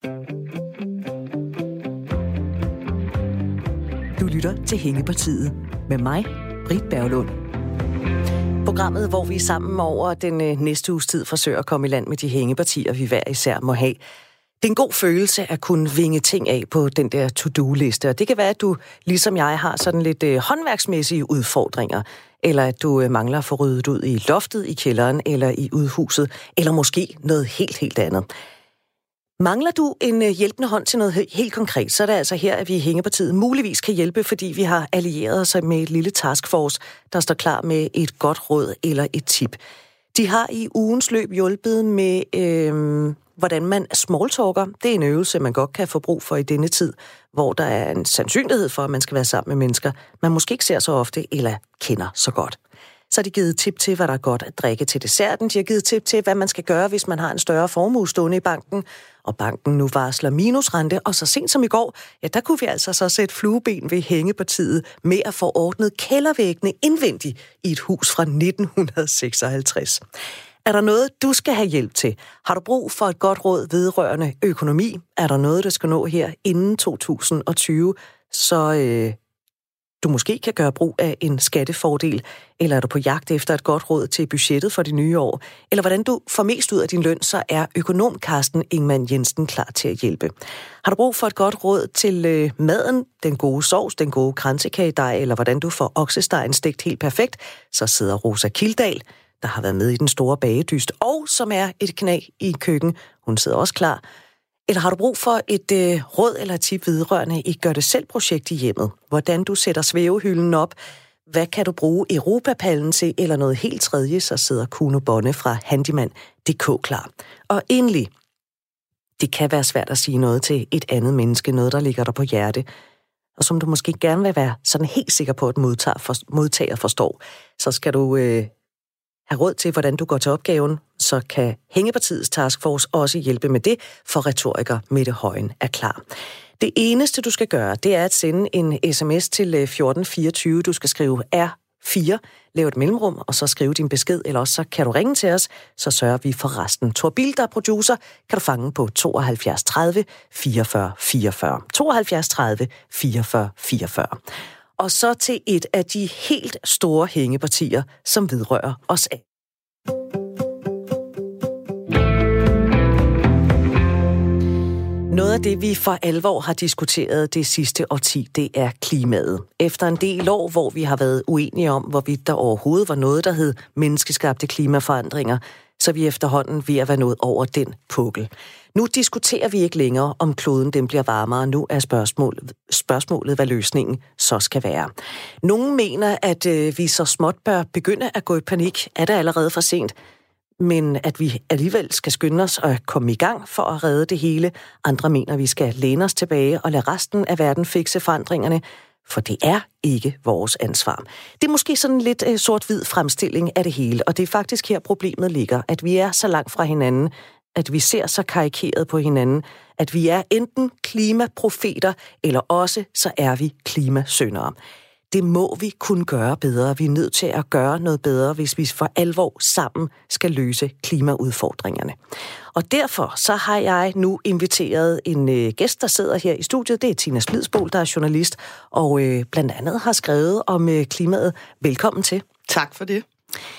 Du lytter til Hængepartiet med mig, Britt Berglund. Programmet, hvor vi sammen over den næste uges tid forsøger at komme i land med de hængepartier, vi hver især må have. Det er en god følelse at kunne vinge ting af på den der to-do-liste, og det kan være, at du, ligesom jeg, har sådan lidt håndværksmæssige udfordringer, eller at du mangler at få ryddet ud i loftet, i kælderen eller i udhuset, eller måske noget helt andet. Mangler du en hjælpende hånd til noget helt konkret, så er det altså her, at vi i Hængepartiet muligvis kan hjælpe, fordi vi har allieret os med et lille taskforce, der står klar med et godt råd eller et tip. De har i ugens løb hjulpet med, hvordan man smalltalker. Det er en øvelse, man godt kan få brug for i denne tid, hvor der er en sandsynlighed for, at man skal være sammen med mennesker, man måske ikke ser så ofte eller kender så godt. Så har de givet tip til, hvad der er godt at drikke til desserten. De har givet tip til, hvad man skal gøre, hvis man har en større formue stående i banken. Og banken nu varsler minusrente, og så sent som i går, ja, der kunne vi altså så sætte flueben ved Hængepartiet med at få ordnet kældervæggene indvendigt i et hus fra 1956. Er der noget, du skal have hjælp til? Har du brug for et godt råd vedrørende økonomi? Er der noget, der skal nå her inden 2020, så du måske kan gøre brug af en skattefordel? Eller er du på jagt efter et godt råd til budgettet for det nye år? Eller hvordan du får mest ud af din løn, så er økonom Carsten Ingemann Jensen klar til at hjælpe. Har du brug for et godt råd til maden, den gode sovs, den gode kransekagedej, eller hvordan du får oksestegen stegt helt perfekt, så sidder Rosa Kildahl, der har været med i den store bagedyst, og som er et knæ i køkken. Hun sidder også klar. Eller har du brug for et råd eller et tip vedrørende et gør-det-selv-projekt i hjemmet? Hvordan du sætter svævehylden op? Hvad kan du bruge Europapallen til? Eller noget helt tredje, så sidder Kuno Bonne fra Handyman.dk klar. Og endelig, det kan være svært at sige noget til et andet menneske, noget der ligger der på hjerte, og som du måske gerne vil være sådan helt sikker på, at modtager forstår. Så skal du have råd til, hvordan du går til opgaven, så kan Hængepartiets taskforce også hjælpe med det, for retoriker Mette Højen er klar. Det eneste, du skal gøre, det er at sende en sms til 1424. Du skal skrive R4, lave et mellemrum, og så skrive din besked, eller også så kan du ringe til os, så sørger vi for resten. Torbil, der er producer, kan du fange på 72 30 44 44. 72 30 44 44. Og så til et af de helt store hængepartier, som vedrører os af. Noget af det, vi for alvor har diskuteret det sidste årti, det er klimaet. Efter en del år, hvor vi har været uenige om, hvorvidt der overhovedet var noget, der hed menneskeskabte klimaforandringer, så er vi efterhånden ved at være nået over den pukkel. Nu diskuterer vi ikke længere, om kloden den bliver varmere. Nu er spørgsmålet, hvad løsningen så skal være. Nogle mener, at vi så småt bør begynde at gå i panik. Er det allerede for sent? Men at vi alligevel skal skynde os og komme i gang for at redde det hele. Andre mener, at vi skal læne os tilbage og lade resten af verden fikse forandringerne, for det er ikke vores ansvar. Det er måske sådan en lidt sort-hvid fremstilling af det hele, og det er faktisk her problemet ligger, at vi er så langt fra hinanden, at vi ser så karikeret på hinanden, at vi er enten klimaprofeter, eller også så er vi klimasyndere. Det må vi kunne gøre bedre. Vi er nødt til at gøre noget bedre, hvis vi for alvor sammen skal løse klimaudfordringerne. Og derfor så har jeg nu inviteret en gæst, der sidder her i studiet. Det er Tina Splidsbol, der er journalist, og blandt andet har skrevet om klimaet. Velkommen til. Tak for det.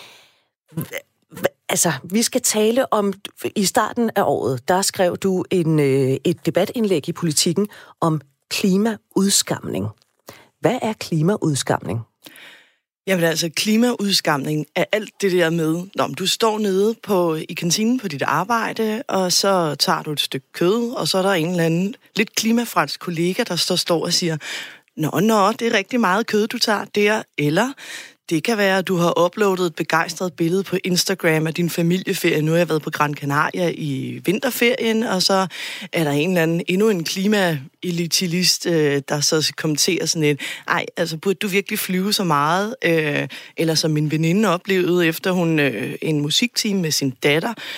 Altså, vi skal tale om, i starten af året, der skrev du et debatindlæg i Politikken om klimaudskamning. Hvad er klimaudskamning? Jamen altså, klimaudskamning er alt det der med, når du står nede i kantinen på dit arbejde, og så tager du et stykke kød, og så er der en eller anden lidt klimafransk kollega, der står og siger, Nå, det er rigtig meget kød, du tager der, eller det kan være, at du har uploadet et begejstret billede på Instagram af din familieferie. Nu har jeg været på Gran Canaria i vinterferien, og så er der endnu en klimaelitilist, der så kommenterer sådan et, altså burde du virkelig flyve så meget? Eller som min veninde oplevede, efter hun en musiktime med sin datter,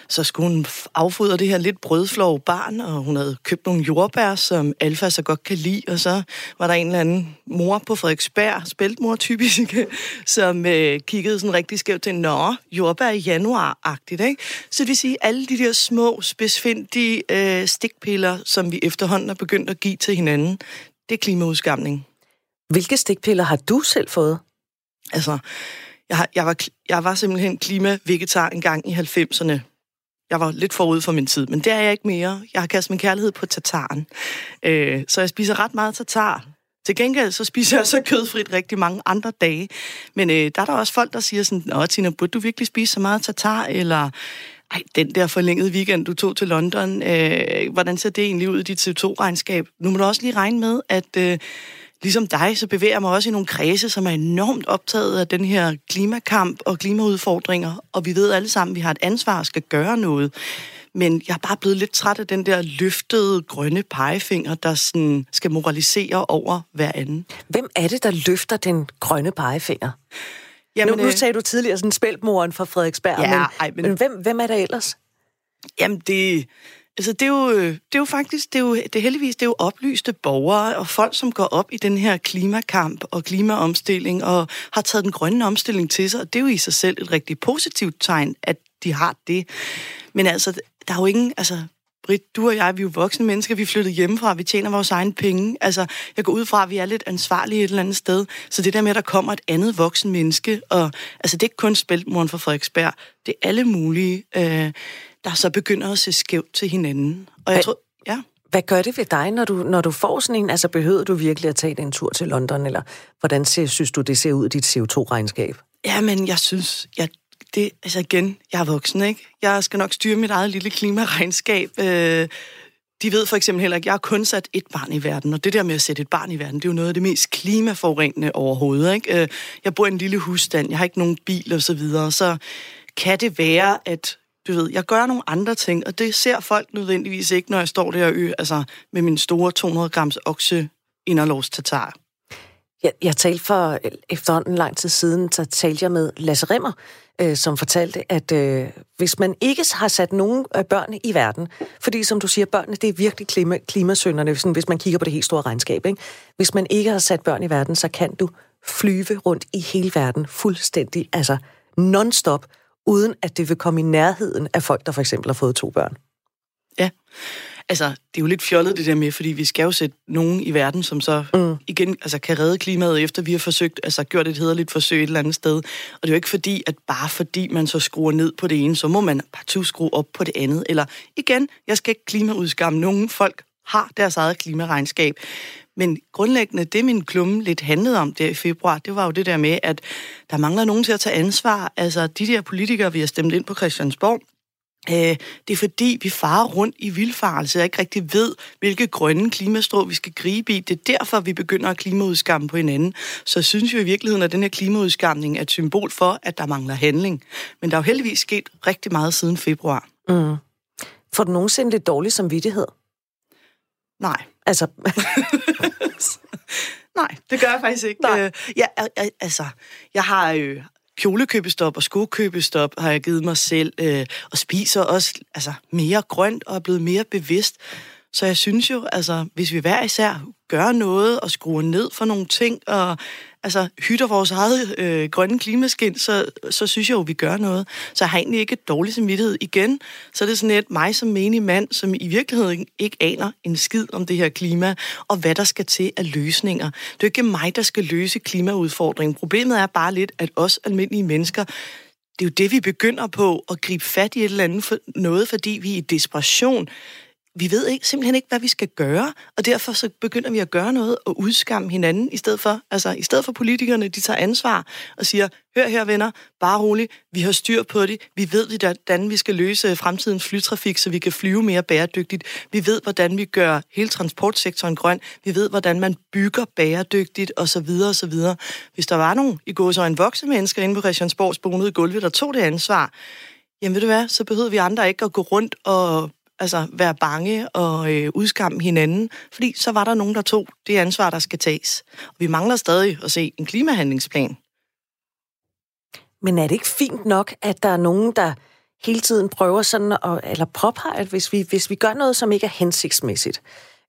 så skulle hun affodre det her lidt brødflove barn, og hun havde købt nogle jordbær, som Alfa så godt kan lide, og så var der en eller anden mor på Frederiksberg, spæltmor typisk, som kiggede sådan rigtig skævt til, jordbær i januar-agtigt, ikke? Så det vil sige, alle de der små, spidsfindige stikpiller, som vi efterhånden har begyndt at give til hinanden, det er klimaudskamning. Hvilke stikpiller har du selv fået? Altså, jeg var simpelthen klimavegetar en gang i 90'erne. Jeg var lidt forud for min tid, men det er jeg ikke mere. Jeg har kastet min kærlighed på tartaren. Så jeg spiser ret meget tartar. Til gengæld så spiser jeg så kødfrit rigtig mange andre dage. Men der er der også folk, der siger sådan, Tina, burde du virkelig spise så meget tartar? Eller, den der forlængede weekend, du tog til London, hvordan ser det egentlig ud i dit CO2-regnskab? Nu må du også lige regne med, at ligesom dig, så bevæger jeg mig også i nogle kredse, som er enormt optaget af den her klimakamp og klimaudfordringer, og vi ved alle sammen, at vi har et ansvar og skal gøre noget. Men jeg er bare blevet lidt træt af den der løftede grønne pegefinger, der sådan skal moralisere over hver anden. Hvem er det, der løfter den grønne pegefinger? Jamen, nu sagde du tidligere sådan spæltmoren fra Frederiksberg, ja, men hvem er der ellers? Jamen, det er heldigvis oplyste borgere og folk, som går op i den her klimakamp og klimaomstilling og har taget den grønne omstilling til sig, og det er jo i sig selv et rigtig positivt tegn, at de har det. Men altså, der er jo ingen, Britt, du og jeg, vi er jo voksne mennesker, vi er flyttet hjemmefra, vi tjener vores egne penge. Altså, jeg går ud fra, at vi er lidt ansvarlige et eller andet sted. Så det der med, at der kommer et andet voksen menneske, og det er ikke kun spæltmoren fra Frederiksberg, det er alle mulige, der så begynder at se skævt til hinanden. Og jeg tror, ja. Hvad gør det ved dig, når du får sådan en? Altså, behøver du virkelig at tage en tur til London, eller hvordan synes du, det ser ud i dit CO2-regnskab? Jamen, jeg synes, jeg er voksen, ikke? Jeg skal nok styre mit eget lille klimaregnskab. De ved for eksempel heller ikke, jeg har kun sat et barn i verden, og det der med at sætte et barn i verden, det er jo noget af det mest klimaforurenende overhovedet, ikke? Jeg bor i en lille husstand, jeg har ikke nogen bil og så videre, så kan det være, at jeg gør nogle andre ting, og det ser folk nødvendigvis ikke, når jeg står der med min store 200 grams okse inderlovs tatar. Jeg talte for efterhånden lang tid siden, så talte jeg med Lasse Rimmer, som fortalte, at hvis man ikke har sat nogen børn i verden, fordi som du siger, børnene, det er virkelig klimasynderne, hvis man kigger på det helt store regnskab, ikke? Hvis man ikke har sat børn i verden, så kan du flyve rundt i hele verden fuldstændig, non-stop, uden at det vil komme i nærheden af folk, der for eksempel har fået 2 børn. Ja, det er jo lidt fjollet det der med, fordi vi skal jo sætte nogen i verden, som så igen kan redde klimaet, efter vi har forsøgt, gjort et hæderligt forsøg et eller andet sted. Og det er jo ikke fordi, at bare fordi man så skruer ned på det ene, så må man partout skrue op på det andet. Eller igen, jeg skal ikke klimaudskamme nogen. Folk har deres eget klimaregnskab. Men grundlæggende, det min klumme lidt handlede om der i februar, det var jo det der med, at der mangler nogen til at tage ansvar. Altså, de der politikere, vi har stemt ind på Christiansborg, det er fordi, vi farer rundt i vildfarelse og ikke rigtig ved, hvilke grønne klimastrå vi skal gribe i. Det er derfor, vi begynder at klimaudskamme på hinanden. Så synes jeg i virkeligheden, at den her klimaudskamning er et symbol for, at der mangler handling. Men der er jo heldigvis sket rigtig meget siden februar. Får du nogensinde lidt dårlig samvittighed? Nej. Nej, det gør jeg faktisk ikke. Jeg har kjolekøbestop og skokøbestop har jeg givet mig selv, og spiser også mere grønt og er blevet mere bevidst. Så jeg synes jo, hvis vi hver især gør noget og skruer ned for nogle ting, og hytter vores eget grønne klimaskin, så synes jeg jo, vi gør noget. Så jeg har egentlig ikke et dårligt samvittighed. Igen, så er det sådan et mig som menig mand, som i virkeligheden ikke aner en skid om det her klima, og hvad der skal til af løsninger. Det er jo ikke mig, der skal løse klimaudfordringen. Problemet er bare lidt, at os almindelige mennesker, det er jo det, vi begynder på at gribe fat i et eller andet noget, fordi vi er i desperation. Vi ved simpelthen ikke, hvad vi skal gøre, og derfor så begynder vi at gøre noget og udskamme hinanden, i stedet for politikerne, de tager ansvar og siger, hør her venner, bare roligt, vi har styr på det, vi ved, hvordan vi skal løse fremtidens flytrafik, så vi kan flyve mere bæredygtigt, vi ved, hvordan vi gør hele transportsektoren grøn, vi ved, hvordan man bygger bæredygtigt, osv. osv. Hvis der var nogen i gåseøjne voksne mennesker inde på Christiansborgs bonede gulve, der tog det ansvar, jamen ved du hvad, så behøvede vi andre ikke at gå rundt og være bange og udskamme hinanden, fordi så var der nogen, der tog det ansvar, der skal tages. Og vi mangler stadig at se en klimahandlingsplan. Men er det ikke fint nok, at der er nogen, der hele tiden prøver sådan eller påpeger, at hvis vi gør noget, som ikke er hensigtsmæssigt,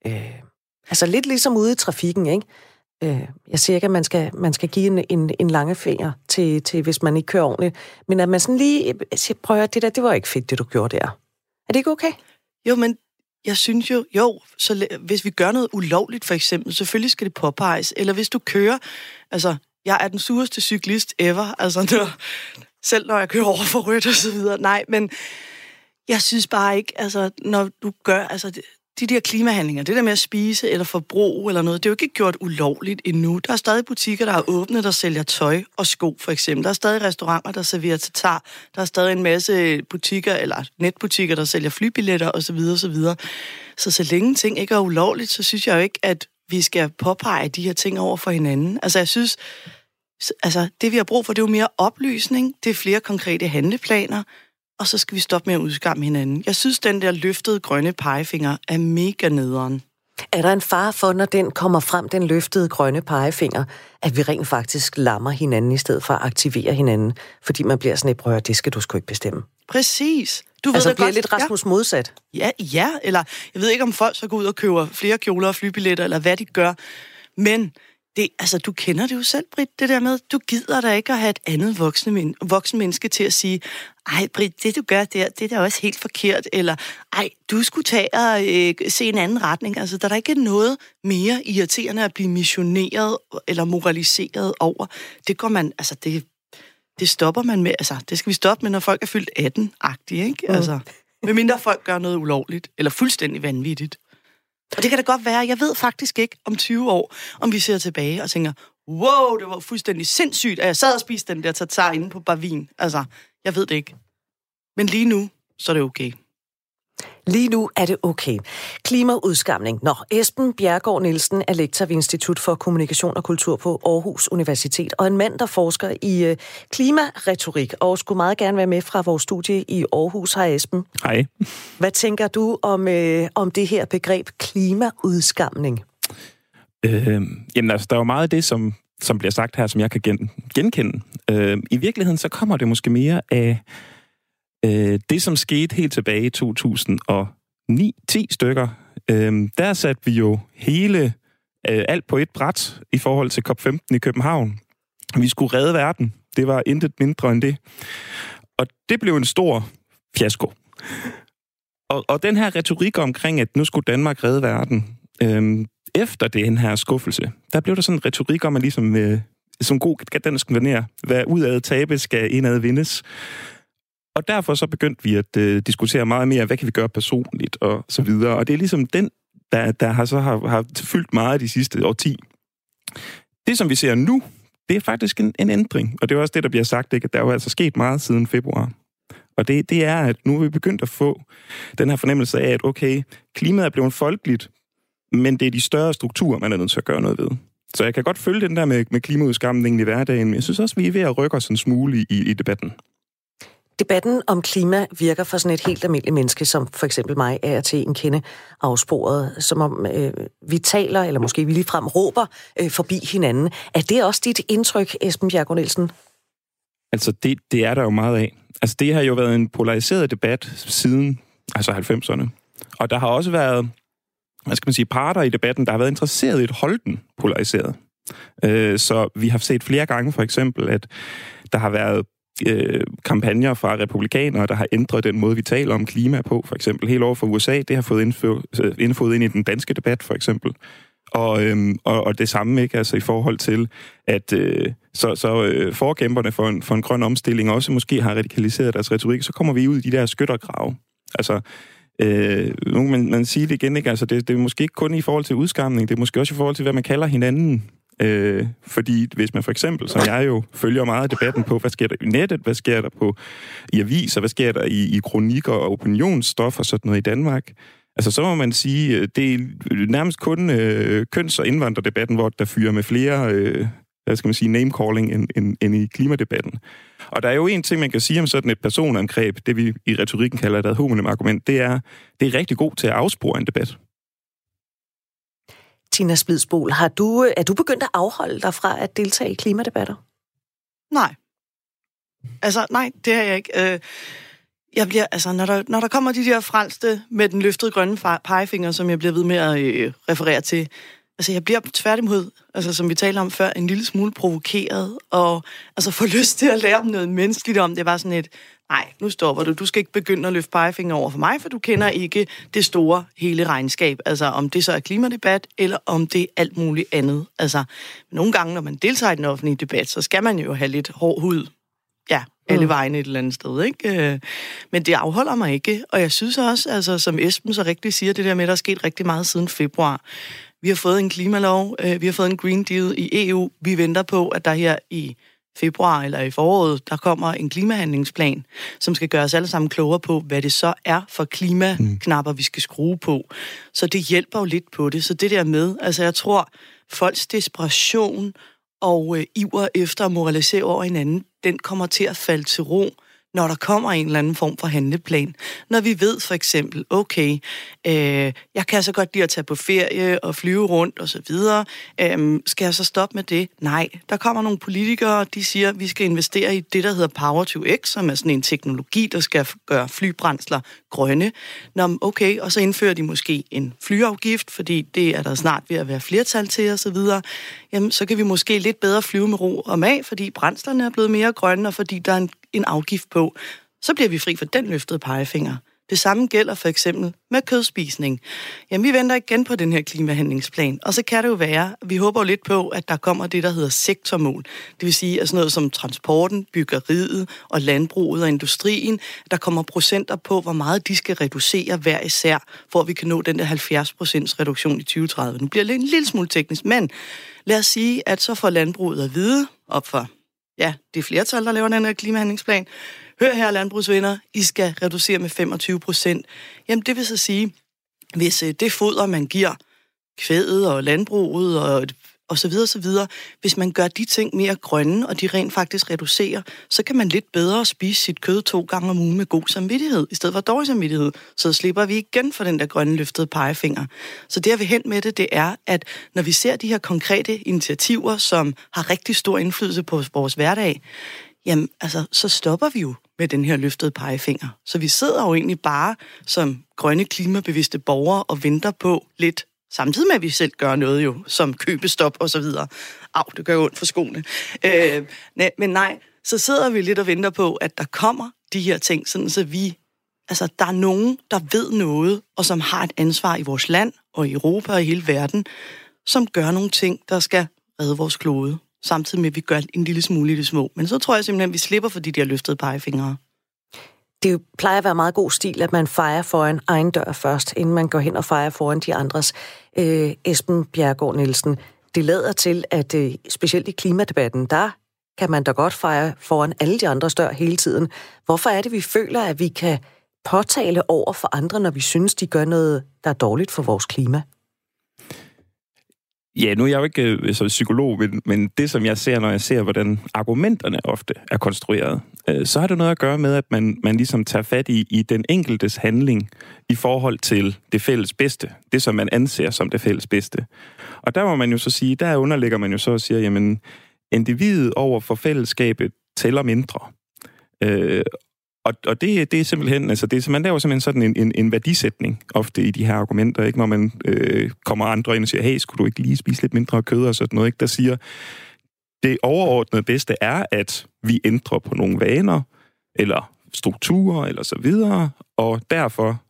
altså lidt ligesom ude i trafikken, ikke? Jeg siger ikke, at man skal give en langefinger til, hvis man ikke kører ordentligt, men at man sådan lige siger, prøv at det var ikke fedt, det du gjorde der. Er det ikke okay? Jo, men jeg synes jo, så hvis vi gør noget ulovligt, for eksempel, selvfølgelig skal det påpeges. Eller hvis du kører, altså, jeg er den sureste cyklist ever, altså, selv når jeg kører over for rødt og så videre. Nej, men jeg synes bare ikke, altså, når du gør, altså, de der klimahandlinger, det der med at spise eller forbruge eller noget, det er jo ikke gjort ulovligt endnu. Der er stadig butikker, der er åbne, der sælger tøj og sko, for eksempel. Der er stadig restauranter, der serverer tatar. Der er stadig en masse butikker eller netbutikker, der sælger flybilletter osv. osv. Så længe ting ikke er ulovligt, så synes jeg jo ikke, at vi skal påpege de her ting over for hinanden. Altså, jeg synes, altså, det vi har brug for, det er jo mere oplysning. Det er flere konkrete handleplaner. Og så skal vi stoppe med at udskamme hinanden. Jeg synes, den der løftede grønne pegefinger er mega nederen. Er der en fare for, når den kommer frem, den løftede grønne pegefinger, at vi rent faktisk lammer hinanden, i stedet for at aktivere hinanden? Fordi man bliver sådan et prøver, det skal du sgu ikke bestemme. Præcis. Du ved altså det bliver godt. Lidt Rasmus modsat. Ja, eller jeg ved ikke, om folk så går ud og køber flere kjoler og flybilletter, eller hvad de gør. Men det, altså, du kender det jo selv, Britt, det der med, du gider da ikke at have et andet voksen menneske til at sige, ej, Britt, det du gør der, det er da også helt forkert, eller ej, du skulle tage og se en anden retning. Altså, der er da ikke noget mere irriterende at blive missioneret eller moraliseret over. Det går man, altså, det stopper man med, altså, det skal vi stoppe med, når folk er fyldt 18-agtige, ikke? Altså, medmindre folk gør noget ulovligt, eller fuldstændig vanvittigt. Og det kan da godt være, jeg ved faktisk ikke om 20 år, om vi ser tilbage og tænker, wow, det var fuldstændig sindssygt, at jeg sad og spiste den der tatar inde på Barvin. Altså, jeg ved det ikke. Men lige nu, så er det okay. Lige nu er det okay. Klimaudskamning. Esben Bjerregaard Nielsen er lektor ved Institut for Kommunikation og Kultur på Aarhus Universitet, og en mand, der forsker i klimaretorik, og skulle meget gerne være med fra vores studie i Aarhus. Hej Esben. Hej. Hvad tænker du om det her begreb klimaudskamning? Jamen altså, der er jo meget af det, som bliver sagt her, som jeg kan genkende. I virkeligheden, så kommer det måske mere af det, som skete helt tilbage i 2009-10 stykker. Der satte vi jo alt på et bræt i forhold til COP15 i København. Vi skulle redde verden. Det var intet mindre end det. Og det blev en stor fiasko. Og den her retorik omkring, at nu skulle Danmark redde verden, efter den her skuffelse, der blev der sådan en retorik om, at ligesom som god dansk manér, hvad udad tabes, skal indad vindes. Og derfor så begyndte vi at diskutere meget mere, hvad kan vi gøre personligt, og så videre. Og det er ligesom den, der har fyldt meget de sidste årti. Det, som vi ser nu, det er faktisk en ændring. Og det er også det, der bliver sagt, ikke? At der er jo altså sket meget siden februar. Og det er, at nu er vi begyndt at få den her fornemmelse af, at okay, klimaet er blevet folkeligt, men det er de større strukturer, man er nødt til at gøre noget ved. Så jeg kan godt følge den der med klimaudskamningen i hverdagen, men jeg synes også, vi er ved at rykke os en smule i debatten. Debatten om klima virker for sådan et helt almindeligt menneske, som for eksempel mig, er til en kende afsporet, som om vi taler, eller måske vi ligefrem råber forbi hinanden. Er det også dit indtryk, Esben Bjerregaard Nielsen? Altså, det er der jo meget af. Altså, det har jo været en polariseret debat siden 90'erne. Og der har også været, parter i debatten, der har været interesseret i at holde den polariseret. Så vi har set flere gange, for eksempel, at der har været kampagner fra republikanere, der har ændret den måde, vi taler om klima på, for eksempel. Helt over for USA, det har fået indfået ind i den danske debat, for eksempel. Og det samme, ikke? Altså i forhold til, at forkæmperne for en grøn omstilling også måske har radikaliseret deres retorik, så kommer vi ud i de der skyttergrave. Altså, man siger det igen, ikke? Altså, det er måske ikke kun i forhold til udskamning, det er måske også i forhold til, hvad man kalder hinanden. Fordi hvis man for eksempel, som jeg jo følger meget af debatten på, hvad sker der i nettet, hvad sker der i aviser, hvad sker der i kronikker og opinionsstof og sådan noget i Danmark, altså så må man sige, det er nærmest kun køns- og indvandrerdebatten, hvor der fyrer med flere, name-calling end i klimadebatten. Og der er jo en ting, man kan sige om sådan et personangreb, det vi i retorikken kalder et ad hominem argument, det er rigtig god til at afspore en debat. Tina Splidsboel, er du begyndt at afholde dig fra at deltage i klimadebatter? Nej. Altså, nej, det har jeg ikke. Jeg bliver, altså, når der kommer de der frelste med den løftede grønne pegefinger, som jeg bliver ved med at referere til, altså jeg bliver tværtimod, altså som vi talte om før, en lille smule provokeret, og altså får lyst til at lære om noget menneskeligt om. Det var sådan et, nej, nu stopper du. Du skal ikke begynde at løfte pegefinger over for mig, for du kender ikke det store hele regnskab. Altså om det så er klimadebat, eller om det er alt muligt andet. Altså nogle gange, når man deltager i den offentlige debat, så skal man jo have lidt hård hud. Ja, alle vegne et eller andet sted, ikke? Men det afholder mig ikke, og jeg synes også, altså som Esben så rigtigt siger, det der med, at der er sket rigtig meget siden februar. Vi har fået en klimalov, vi har fået en Green Deal i EU. Vi venter på, at der her i februar eller i foråret, der kommer en klimahandlingsplan, som skal gøre os alle sammen klogere på, hvad det så er for klimaknapper, vi skal skrue på. Så det hjælper jo lidt på det. Så det der med, altså jeg tror, folks desperation og iver efter at moralisere over hinanden, den kommer til at falde til ro, når der kommer en eller anden form for handleplan. Når vi ved for eksempel, okay, jeg kan så godt lide at tage på ferie og flyve rundt og så videre. Skal jeg så stoppe med det? Nej. Der kommer nogle politikere, de siger, at vi skal investere i det, der hedder Power-to-X, som er sådan en teknologi, der skal gøre flybrændsler grønne. Nå, okay, og så indfører de måske en flyafgift, fordi det er der snart ved at være flertal til og så videre. Jamen, så kan vi måske lidt bedre flyve med ro og mag, fordi brændslerne er blevet mere grønne, og fordi der er en afgift på. Så bliver vi fri for den løftede pegefinger. Det samme gælder for eksempel med kødspisning. Jamen, vi venter igen på den her klimahandlingsplan, og så kan det jo være, vi håber jo lidt på, at der kommer det, der hedder sektormål. Det vil sige, at sådan noget som transporten, byggeriet og landbruget og industrien, der kommer procenter på, hvor meget de skal reducere hver især, for at vi kan nå den der 70% reduktion i 2030. Nu bliver det en lille smule teknisk, men lad os sige, at så får landbruget at vide op for, ja, det er flertal, der laver den her klimahandlingsplan. Hør her, landbrugsvenner, I skal reducere med 25%. Jamen, det vil så sige, hvis det foder, man giver kvæget og landbruget og så videre, hvis man gør de ting mere grønne, og de rent faktisk reducerer, så kan man lidt bedre spise sit kød 2 gange om ugen med god samvittighed, i stedet for dårlig samvittighed. Så slipper vi igen for den der grønne løftede pegefinger. Så det, jeg vil hen med det er, at når vi ser de her konkrete initiativer, som har rigtig stor indflydelse på vores hverdag, jamen, altså, så stopper vi jo med den her løftede pegefinger. Så vi sidder jo egentlig bare som grønne klimabevidste borgere og venter på lidt, samtidig med, at vi selv gør noget jo, som købestop og så videre. Det gør jo ondt for skoene. Men nej, så sidder vi lidt og venter på, at der kommer de her ting, sådan så altså, der er nogen, der ved noget, og som har et ansvar i vores land og i Europa og i hele verden, som gør nogle ting, der skal redde vores klode, samtidig med, at vi gør en lille smule i det små. Men så tror jeg simpelthen, at vi slipper for de der løftede pegefingre. Det plejer at være meget god stil, at man fejrer foran egen dør først, inden man går hen og fejrer foran de andres. Esben Bjerregaard Nielsen, det lader til, at specielt i klimadebatten, der kan man da godt fejre foran alle de andres dør hele tiden. Hvorfor er det, vi føler, at vi kan påtale over for andre, når vi synes, de gør noget, der er dårligt for vores klima? Ja, nu er jeg jo ikke så psykolog, men det, som jeg ser, når jeg ser, hvordan argumenterne ofte er konstrueret, så har det noget at gøre med, at man ligesom tager fat i den enkeltes handling i forhold til det fælles bedste. Det, som man anser som det fælles bedste. Og der må man jo så sige, der underlægger man jo så og siger, jamen, individet over for fællesskabet tæller mindre. Og det er simpelthen, altså man laver simpelthen sådan en værdisætning ofte i de her argumenter, ikke? Når man kommer andre ind og siger, hey, skulle du ikke lige spise lidt mindre kød og sådan noget, ikke? Der siger, det overordnede bedste er, at vi ændrer på nogle vaner, eller strukturer, eller så videre, og derfor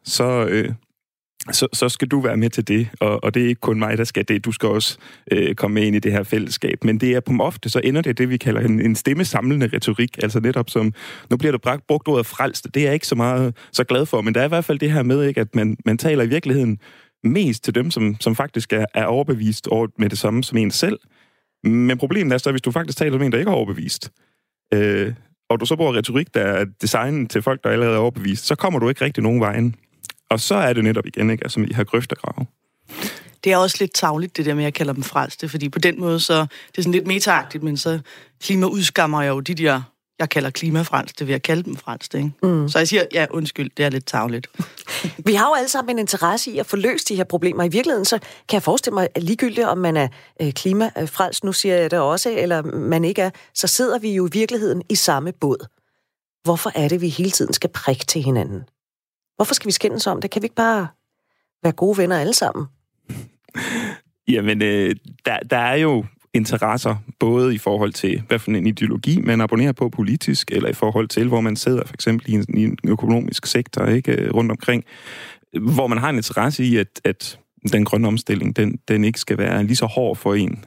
så skal du være med til det, og det er ikke kun mig, der skal det. Du skal også komme med ind i det her fællesskab. Men det er på ofte, så ender det vi kalder en stemmesamlende retorik. Altså netop som, nu bliver der brugt ordet frelst. Det er jeg ikke så glad for, men der er i hvert fald det her med, ikke, at man taler i virkeligheden mest til dem, som faktisk er overbevist over med det samme som en selv. Men problemet er så, hvis du faktisk taler med en, der ikke er overbevist, og du så bruger retorik, der er designet til folk, der allerede er overbevist, så kommer du ikke rigtig nogen vejen. Og så er det netop igen, ikke? Altså, vi har grøftergrave. Det er også lidt tarveligt, det der med, at jeg kalder dem frelste, fordi på den måde, så det er sådan lidt metaagtigt, men så klimaudskammer jeg jo de der, jeg kalder klimafrelste, ved at kalde dem frelste, ikke? Mm. Så jeg siger, ja, undskyld, det er lidt tarveligt. Vi har jo alle sammen en interesse i at få løst de her problemer. I virkeligheden, så kan jeg forestille mig, at ligegyldigt om man er klimafrelst, nu siger jeg det også, eller man ikke er, så sidder vi jo i virkeligheden i samme båd. Hvorfor er det, vi hele tiden skal prikke til hinanden? Hvorfor skal vi skændes om det? Kan vi ikke bare være gode venner alle sammen? Jamen, der er jo interesser, både i forhold til, hvad for en ideologi man abonnerer på politisk, eller i forhold til, hvor man sidder for eksempel i en økonomisk sektor, ikke, rundt omkring, hvor man har en interesse i, at den grønne omstilling, den ikke skal være lige så hård for en.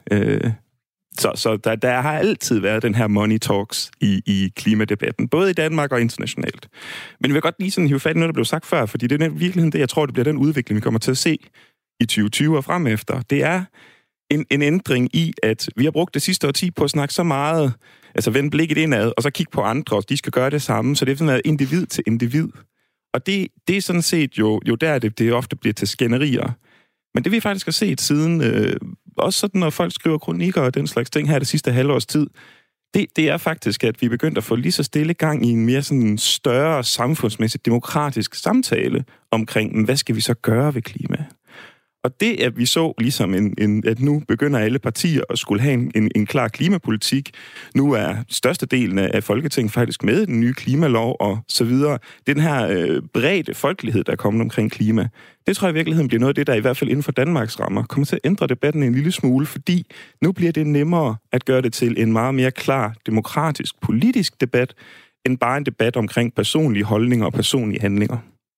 Så der har altid været den her money talks i klimadebatten, både i Danmark og internationalt. Men jeg vil godt lige sådan hive fat i noget, der blev sagt før, fordi det er virkeligheden det, jeg tror, det bliver den udvikling, vi kommer til at se i 2020 og frem efter. Det er en ændring i, at vi har brugt det sidste årti på at snakke så meget, altså vende blikket indad, og så kigge på andre, og de skal gøre det samme, så det er sådan noget individ til individ. Og det er sådan set jo der, det ofte bliver til skænderier. Men det vi faktisk har set siden, også sådan, når folk skriver kronikker og den slags ting her det sidste halvårs tid, det er faktisk, at vi er begyndt at få lige så stille gang i en mere sådan større samfundsmæssigt demokratisk samtale omkring, hvad skal vi så gøre ved klima? Og det, at vi så ligesom, at nu begynder alle partier at skulle have en klar klimapolitik, nu er størstedelen af Folketinget faktisk med i den nye klimalov og så videre. Den her brede folkelighed, der er kommet omkring klima, det tror jeg i virkeligheden bliver noget af det, der i hvert fald inden for Danmarks rammer kommer til at ændre debatten en lille smule, fordi nu bliver det nemmere at gøre det til en meget mere klar, demokratisk, politisk debat, end bare en debat omkring personlige holdninger og personlige handlinger.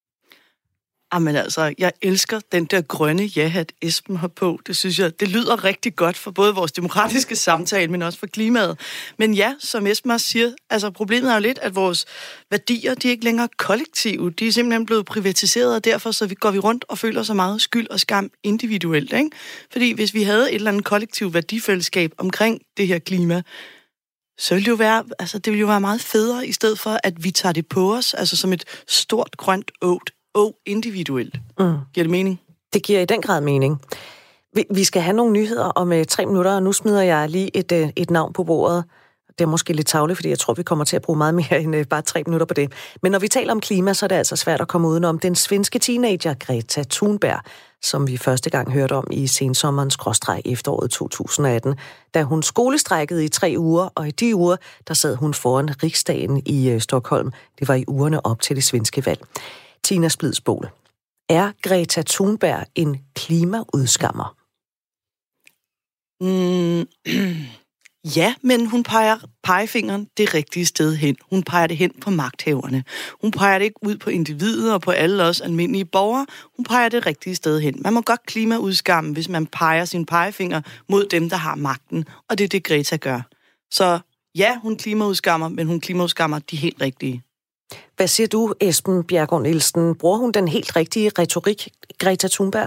Jamen altså, jeg elsker den der grønne ja-hat, Esben har på. Det synes jeg, det lyder rigtig godt for både vores demokratiske samtale, men også for klimaet. Men ja, som Esben også siger, altså problemet er jo lidt, at vores værdier, de er ikke længere kollektive. De er simpelthen blevet privatiseret, og derfor så går vi rundt og føler så meget skyld og skam individuelt, ikke? Fordi hvis vi havde et eller andet kollektivt værdifællesskab omkring det her klima, så ville det jo være, altså det ville jo være meget federe, i stedet for, at vi tager det på os, altså som et stort grønt individuelt. Giver det mening? Det giver i den grad mening. Vi skal have nogle nyheder om 3 minutter, og nu smider jeg lige et navn på bordet. Det er måske lidt tarveligt, fordi jeg tror, vi kommer til at bruge meget mere end bare 3 minutter på det. Men når vi taler om klima, så er det altså svært at komme udenom den svenske teenager Greta Thunberg, som vi første gang hørte om i sensommerens/efteråret 2018, da hun skolestrejkede i 3 uger, og i de uger, der sad hun foran Riksdagen i Stockholm. Det var i ugerne op til det svenske valg. Tina Splidsbol. Er Greta Thunberg en klimaudskammer? Ja, men hun peger pegefingeren det rigtige sted hen. Hun peger det hen på magthaverne. Hun peger det ikke ud på individer og på alle os almindelige borgere. Hun peger det rigtige sted hen. Man må godt klimaudskamme, hvis man peger sin pegefinger mod dem, der har magten. Og det er det, Greta gør. Så ja, hun klimaudskammer, men hun klimaudskammer de helt rigtige. Hvad siger du, Esben Bjerregaard Nielsen? Bruger hun den helt rigtige retorik, Greta Thunberg?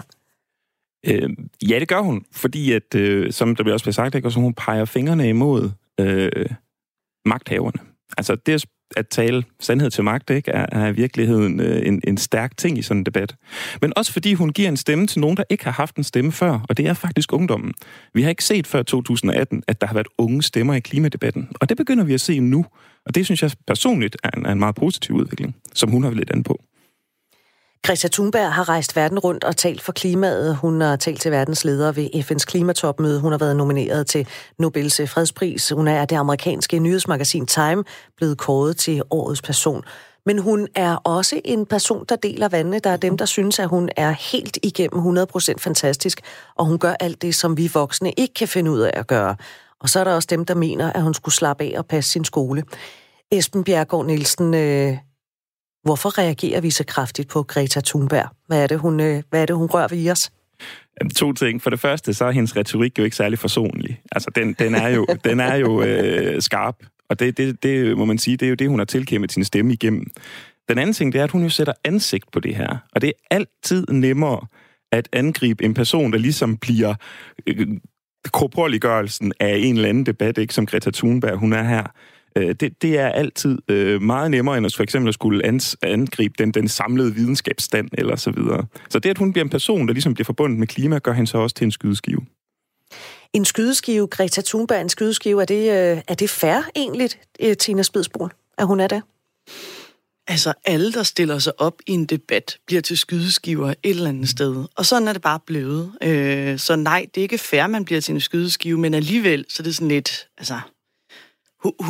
Ja, det gør hun, fordi at, som der bliver også blevet sagt, ikke, så hun peger fingrene imod magthaverne. Altså det at tale sandhed til magt, ikke, er i virkeligheden en stærk ting i sådan en debat. Men også fordi hun giver en stemme til nogen, der ikke har haft en stemme før, og det er faktisk ungdommen. Vi har ikke set før 2018, at der har været unge stemmer i klimadebatten, og det begynder vi at se nu. Og det synes jeg personligt er en meget positiv udvikling, som hun har lidt an på. Greta Thunberg har rejst verden rundt og talt for klimaet. Hun har talt til verdens ledere ved FN's klimatopmøde. Hun har været nomineret til Nobels fredspris. Hun er det amerikanske nyhedsmagasin Time blevet kåret til årets person. Men hun er også en person, der deler vandene. Der er dem, der synes, at hun er helt igennem 100% fantastisk, og hun gør alt det, som vi voksne ikke kan finde ud af at gøre. Og så er der også dem, der mener, at hun skulle slappe af og passe sin skole. Esben Bjerregaard Nielsen, hvorfor reagerer vi så kraftigt på Greta Thunberg? Hvad er det, hun rører ved os? 2 ting. For det første, så er hendes retorik jo ikke særlig forsonlig. Altså, den er jo skarp. Og det må man sige, det er jo det, hun har tilkæmpet sin stemme igennem. Den anden ting, det er, at hun jo sætter ansigt på det her. Og det er altid nemmere at angribe en person, der ligesom bliver korporliggørelsen af en eller anden debat, ikke, som Greta Thunberg, hun er her. Det er altid meget nemmere, end at for eksempel skulle angribe den samlede videnskabsstand, eller så videre. Så det, at hun bliver en person, der ligesom bliver forbundet med klima, gør hende så også til en skydeskive. En skydeskive, Greta Thunberg, en skydeskive, er det fair egentlig, Tina Splidsbol, at hun er det? Altså, alle, der stiller sig op i en debat, bliver til skydeskiver et eller andet sted. Og sådan er det bare blevet. Så nej, det er ikke fair, man bliver til en skydeskive, men alligevel, så er det sådan lidt, altså...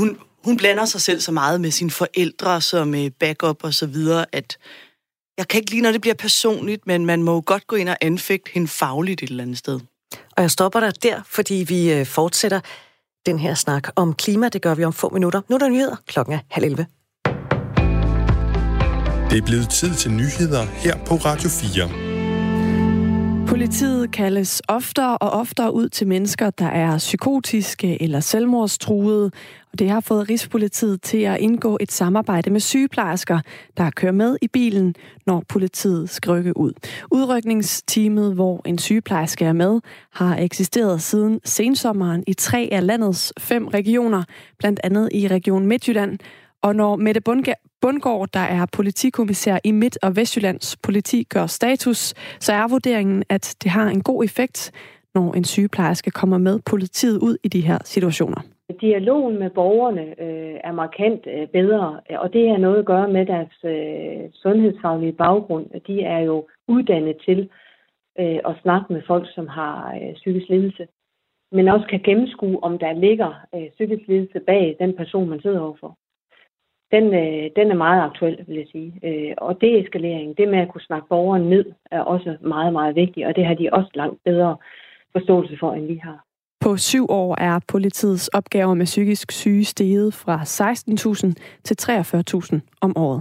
hun blander sig selv så meget med sine forældre, som backup og så videre, at jeg kan ikke lide, når det bliver personligt, men man må jo godt gå ind og anfægte hende fagligt et eller andet sted. Og jeg stopper dig der, fordi vi fortsætter den her snak om klima. Det gør vi om få minutter. Nu er der nyheder. Klokken er 10:30. Det er blevet tid til nyheder her på Radio 4. Politiet kaldes oftere og oftere ud til mennesker, der er psykotiske eller selvmordstruede, og det har fået Rigspolitiet til at indgå et samarbejde med sygeplejersker, der kører med i bilen, når politiet skal rykke ud. Udrykningsteamet, hvor en sygeplejerske er med, har eksisteret siden sensommeren i 3 af landets 5 regioner, blandt andet i Region Midtjylland. Og når Mette Bundgaard, der er politikommissær i Midt- og Vestjyllands politi, gør status, så er vurderingen, at det har en god effekt, når en sygeplejerske kommer med politiet ud i de her situationer. Dialogen med borgerne er markant bedre, og det har noget at gøre med deres sundhedsfaglige baggrund. De er jo uddannet til at snakke med folk, som har psykisk lidelse, men også kan gennemskue, om der ligger psykisk lidelse bag den person, man sidder overfor. Den er meget aktuel, vil jeg sige. Og deeskalering, det med at kunne snakke borgeren ned, er også meget, meget vigtigt, og det har de også langt bedre forståelse for, end vi har. På 7 år er politiets opgaver med psykisk syge steget fra 16.000 til 43.000 om året.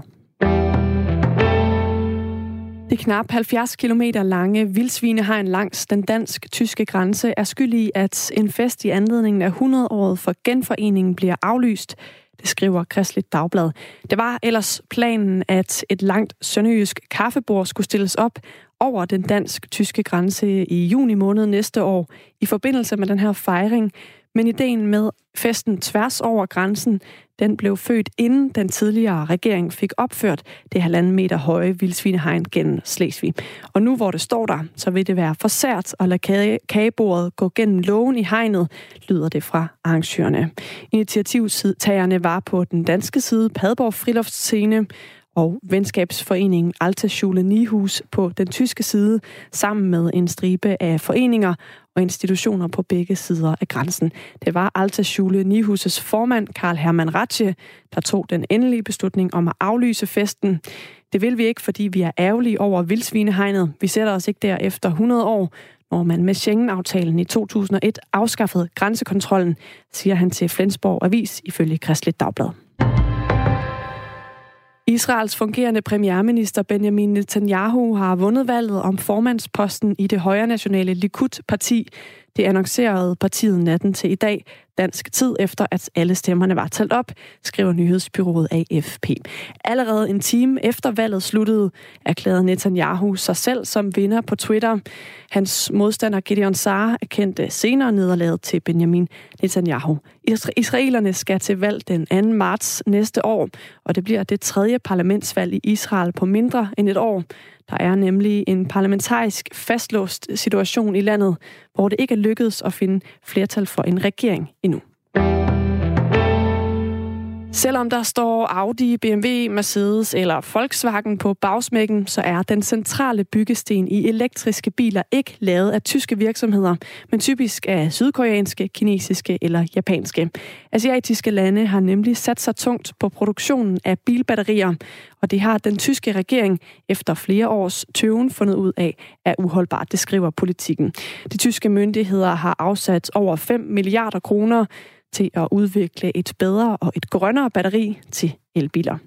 Det knap 70 kilometer lange vildsvinehegn langs den dansk-tyske grænse er skyld i, at en fest i anledningen af 100-året for genforeningen bliver aflyst. Det skriver Kristeligt Dagblad. Det var ellers planen, at et langt sønderjysk kaffebord skulle stilles op over den dansk-tyske grænse i juni måned næste år i forbindelse med den her fejring. Men ideen med festen tværs over grænsen, den blev født inden den tidligere regering fik opført det 1,5 meter høje vildsvinehegn gennem Slesvig. Og nu hvor det står der, så vil det være for sært at lade kagebordet gå gennem lågen i hegnet, lyder det fra arrangørerne. Initiativtagerne var på den danske side Padborg Friluftsscene og venskabsforeningen Alterschule Nihus på den tyske side, sammen med en stribe af foreninger og institutioner på begge sider af grænsen. Det var Alterschule Nihus' formand, Karl Hermann Ratsche, der tog den endelige beslutning om at aflyse festen. Det vil vi ikke, fordi vi er ærgerlige over vildsvinehegnet. Vi sætter os ikke der efter 100 år, når man med Schengen-aftalen i 2001 afskaffede grænsekontrollen, siger han til Flensborg Avis ifølge Kristeligt Dagblad. Israels fungerende premierminister Benjamin Netanyahu har vundet valget om formandsposten i det højrenationale Likud-parti. Det annoncerede partiet natten til i dag, dansk tid efter, at alle stemmerne var talt op, skriver nyhedsbureauet AFP. Allerede en time efter valget sluttede, erklærede Netanyahu sig selv som vinder på Twitter. Hans modstander Gideon Sa'ar erkendte senere nederlaget til Benjamin Netanyahu. Israelerne skal til valg den 2. marts næste år, og det bliver det 3. parlamentsvalg i Israel på mindre end et år. Der er nemlig en parlamentarisk fastlåst situation i landet, hvor det ikke er lykkedes at finde flertal for en regering endnu. Selvom der står Audi, BMW, Mercedes eller Volkswagen på bagsmækken, så er den centrale byggesten i elektriske biler ikke lavet af tyske virksomheder, men typisk af sydkoreanske, kinesiske eller japanske. Asiatiske lande har nemlig sat sig tungt på produktionen af bilbatterier, og det har den tyske regering efter flere års tøven fundet ud af er uholdbart, det skriver Politikken. De tyske myndigheder har afsat over 5 milliarder kroner til at udvikle et bedre og et grønnere batteri til elbiler.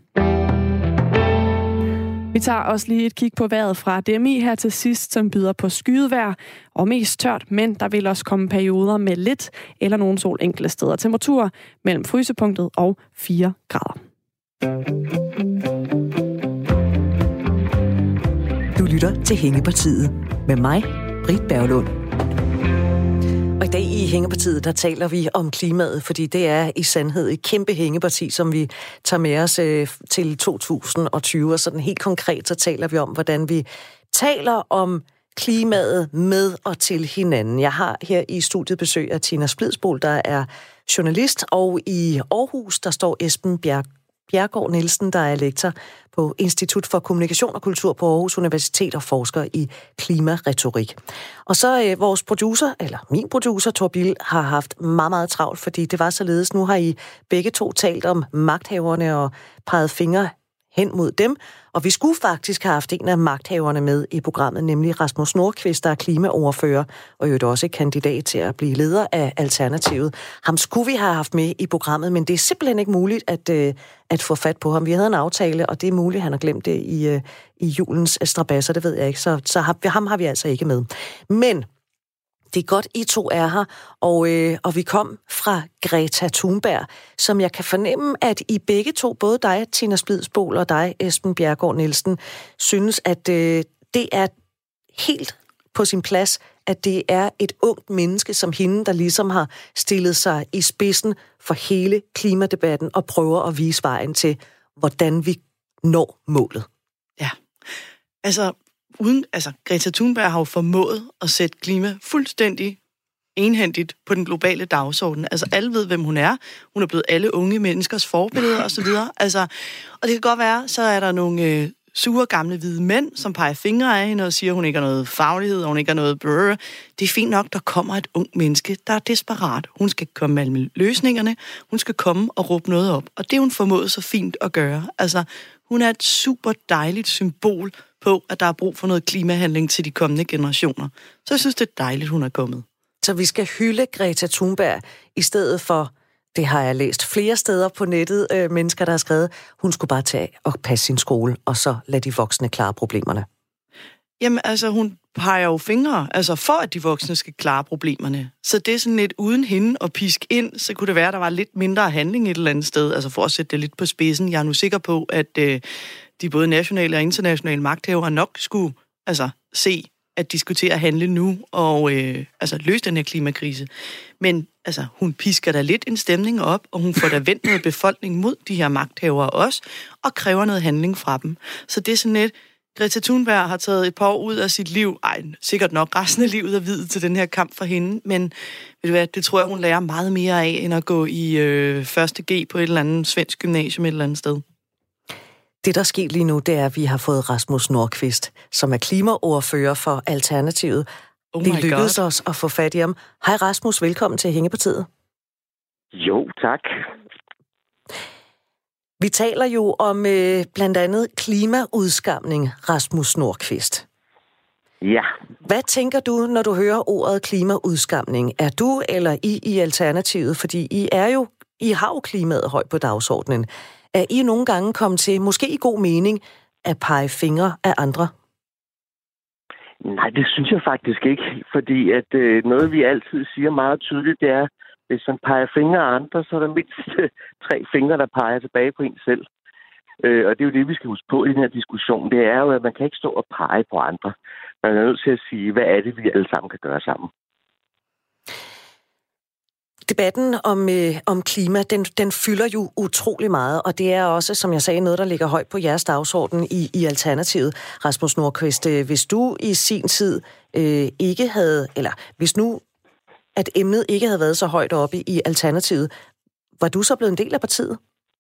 Vi tager også lige et kig på vejret fra DMI her til sidst, som byder på skyet vejr og mest tørt, men der vil også komme perioder med lidt eller nogen sol enkelte steder. Temperaturer mellem frysepunktet og 4 grader. Du lytter til Hængepartiet med mig, Britt Berglund. Og i dag i Hængepartiet, der taler vi om klimaet, fordi det er i sandhed et kæmpe hængeparti, som vi tager med os til 2020. Og sådan helt konkret, så taler vi om, hvordan vi taler om klimaet med og til hinanden. Jeg har her i studiet besøg af Tina Splidsbol, der er journalist, og i Aarhus, der står Esben Bjerg Bjerregaard Nielsen, der er lektor på Institut for Kommunikation og Kultur på Aarhus Universitet og forsker i klimaretorik. Og så vores producer, eller min producer, Torbild, har haft meget, meget travlt, fordi det var således. Nu har I begge to talt om magthaverne og peget fingre hen mod dem, og vi skulle faktisk have haft en af magthaverne med i programmet, nemlig Rasmus Nordqvist, der er klimaordfører, og jo også kandidat til at blive leder af Alternativet. Ham skulle vi have haft med i programmet, men det er simpelthen ikke muligt at få fat på ham. Vi havde en aftale, og det er muligt, at han har glemt det i julens strabasser, det ved jeg ikke, så ham har vi altså ikke med. Men det er godt, I to er her, og vi kom fra Greta Thunberg, som jeg kan fornemme, at I begge to, både dig, Tina Splidsboel, og dig, Esben Bjerregaard Nielsen, synes, at det er helt på sin plads, at det er et ungt menneske som hende, der ligesom har stillet sig i spidsen for hele klimadebatten og prøver at vise vejen til, hvordan vi når målet. Ja, Greta Thunberg har jo formået at sætte klima fuldstændig enhændigt på den globale dagsorden. Altså, alle ved, hvem hun er. Hun er blevet alle unge menneskers forbilleder osv. Og det kan godt være, så er der nogle sure gamle hvide mænd, som peger fingre af hende og siger, at hun ikke har noget faglighed, og hun ikke har noget brrr. Det er fint nok, der kommer et ung menneske, der er desperat. Hun skal komme med alle løsningerne. Hun skal komme og råbe noget op. Og det er hun formået så fint at gøre. Altså, hun er et super dejligt symbol på, at der er brug for noget klimahandling til de kommende generationer. Så jeg synes, det er dejligt, hun er kommet. Så vi skal hylde Greta Thunberg i stedet for, det har jeg læst flere steder på nettet, mennesker, der har skrevet, hun skulle bare tage og passe sin skole, og så lade de voksne klare problemerne. Jamen, hun peger jo fingre, for at de voksne skal klare problemerne. Så det er sådan lidt uden hende at piske ind, så kunne det være, at der var lidt mindre handling et eller andet sted, for at sætte det lidt på spidsen. Jeg er nu sikker på, at de både nationale og internationale magthavere nok skulle se at diskutere at handle nu og løse den her klimakrise. Men hun pisker da lidt en stemning op, og hun får da vendt noget befolkning mod de her magthavere også, og kræver noget handling fra dem. Så det er sådan lidt, Greta Thunberg har taget et par år ud af sit liv, sikkert nok resten af livet er videt til den her kamp for hende, men ved du hvad, det tror jeg, hun lærer meget mere af, end at gå i 1. G på et eller andet svensk gymnasium et eller andet sted. Det, der sker lige nu, det er, at vi har fået Rasmus Nordqvist, som er klimaordfører for Alternativet. Det lykkedes os at få fat i ham. Hej Rasmus, velkommen til Hængepartiet. Jo, tak. Vi taler jo om blandt andet klimaudskamning, Rasmus Nordqvist. Ja. Hvad tænker du, når du hører ordet klimaudskamning? Er du eller I Alternativet? Fordi I har jo klimaet højt på dagsordenen. Er I nogle gange kommet til, måske i god mening, at pege fingre af andre? Nej, det synes jeg faktisk ikke. Fordi at noget, vi altid siger meget tydeligt, det er, hvis man peger fingre af andre, så er der mindst 3 fingre, der peger tilbage på en selv. Og det er jo det, vi skal huske på i den her diskussion. Det er jo, at man kan ikke stå og pege på andre. Man er nødt til at sige, hvad er det, vi alle sammen kan gøre sammen. Debatten om klima, den fylder jo utrolig meget, og det er også, som jeg sagde, noget, der ligger højt på jeres dagsorden i Alternativet. Rasmus Nordqvist, hvis du i sin tid ikke havde, eller hvis nu, at emnet ikke havde været så højt oppe i Alternativet, var du så blevet en del af partiet?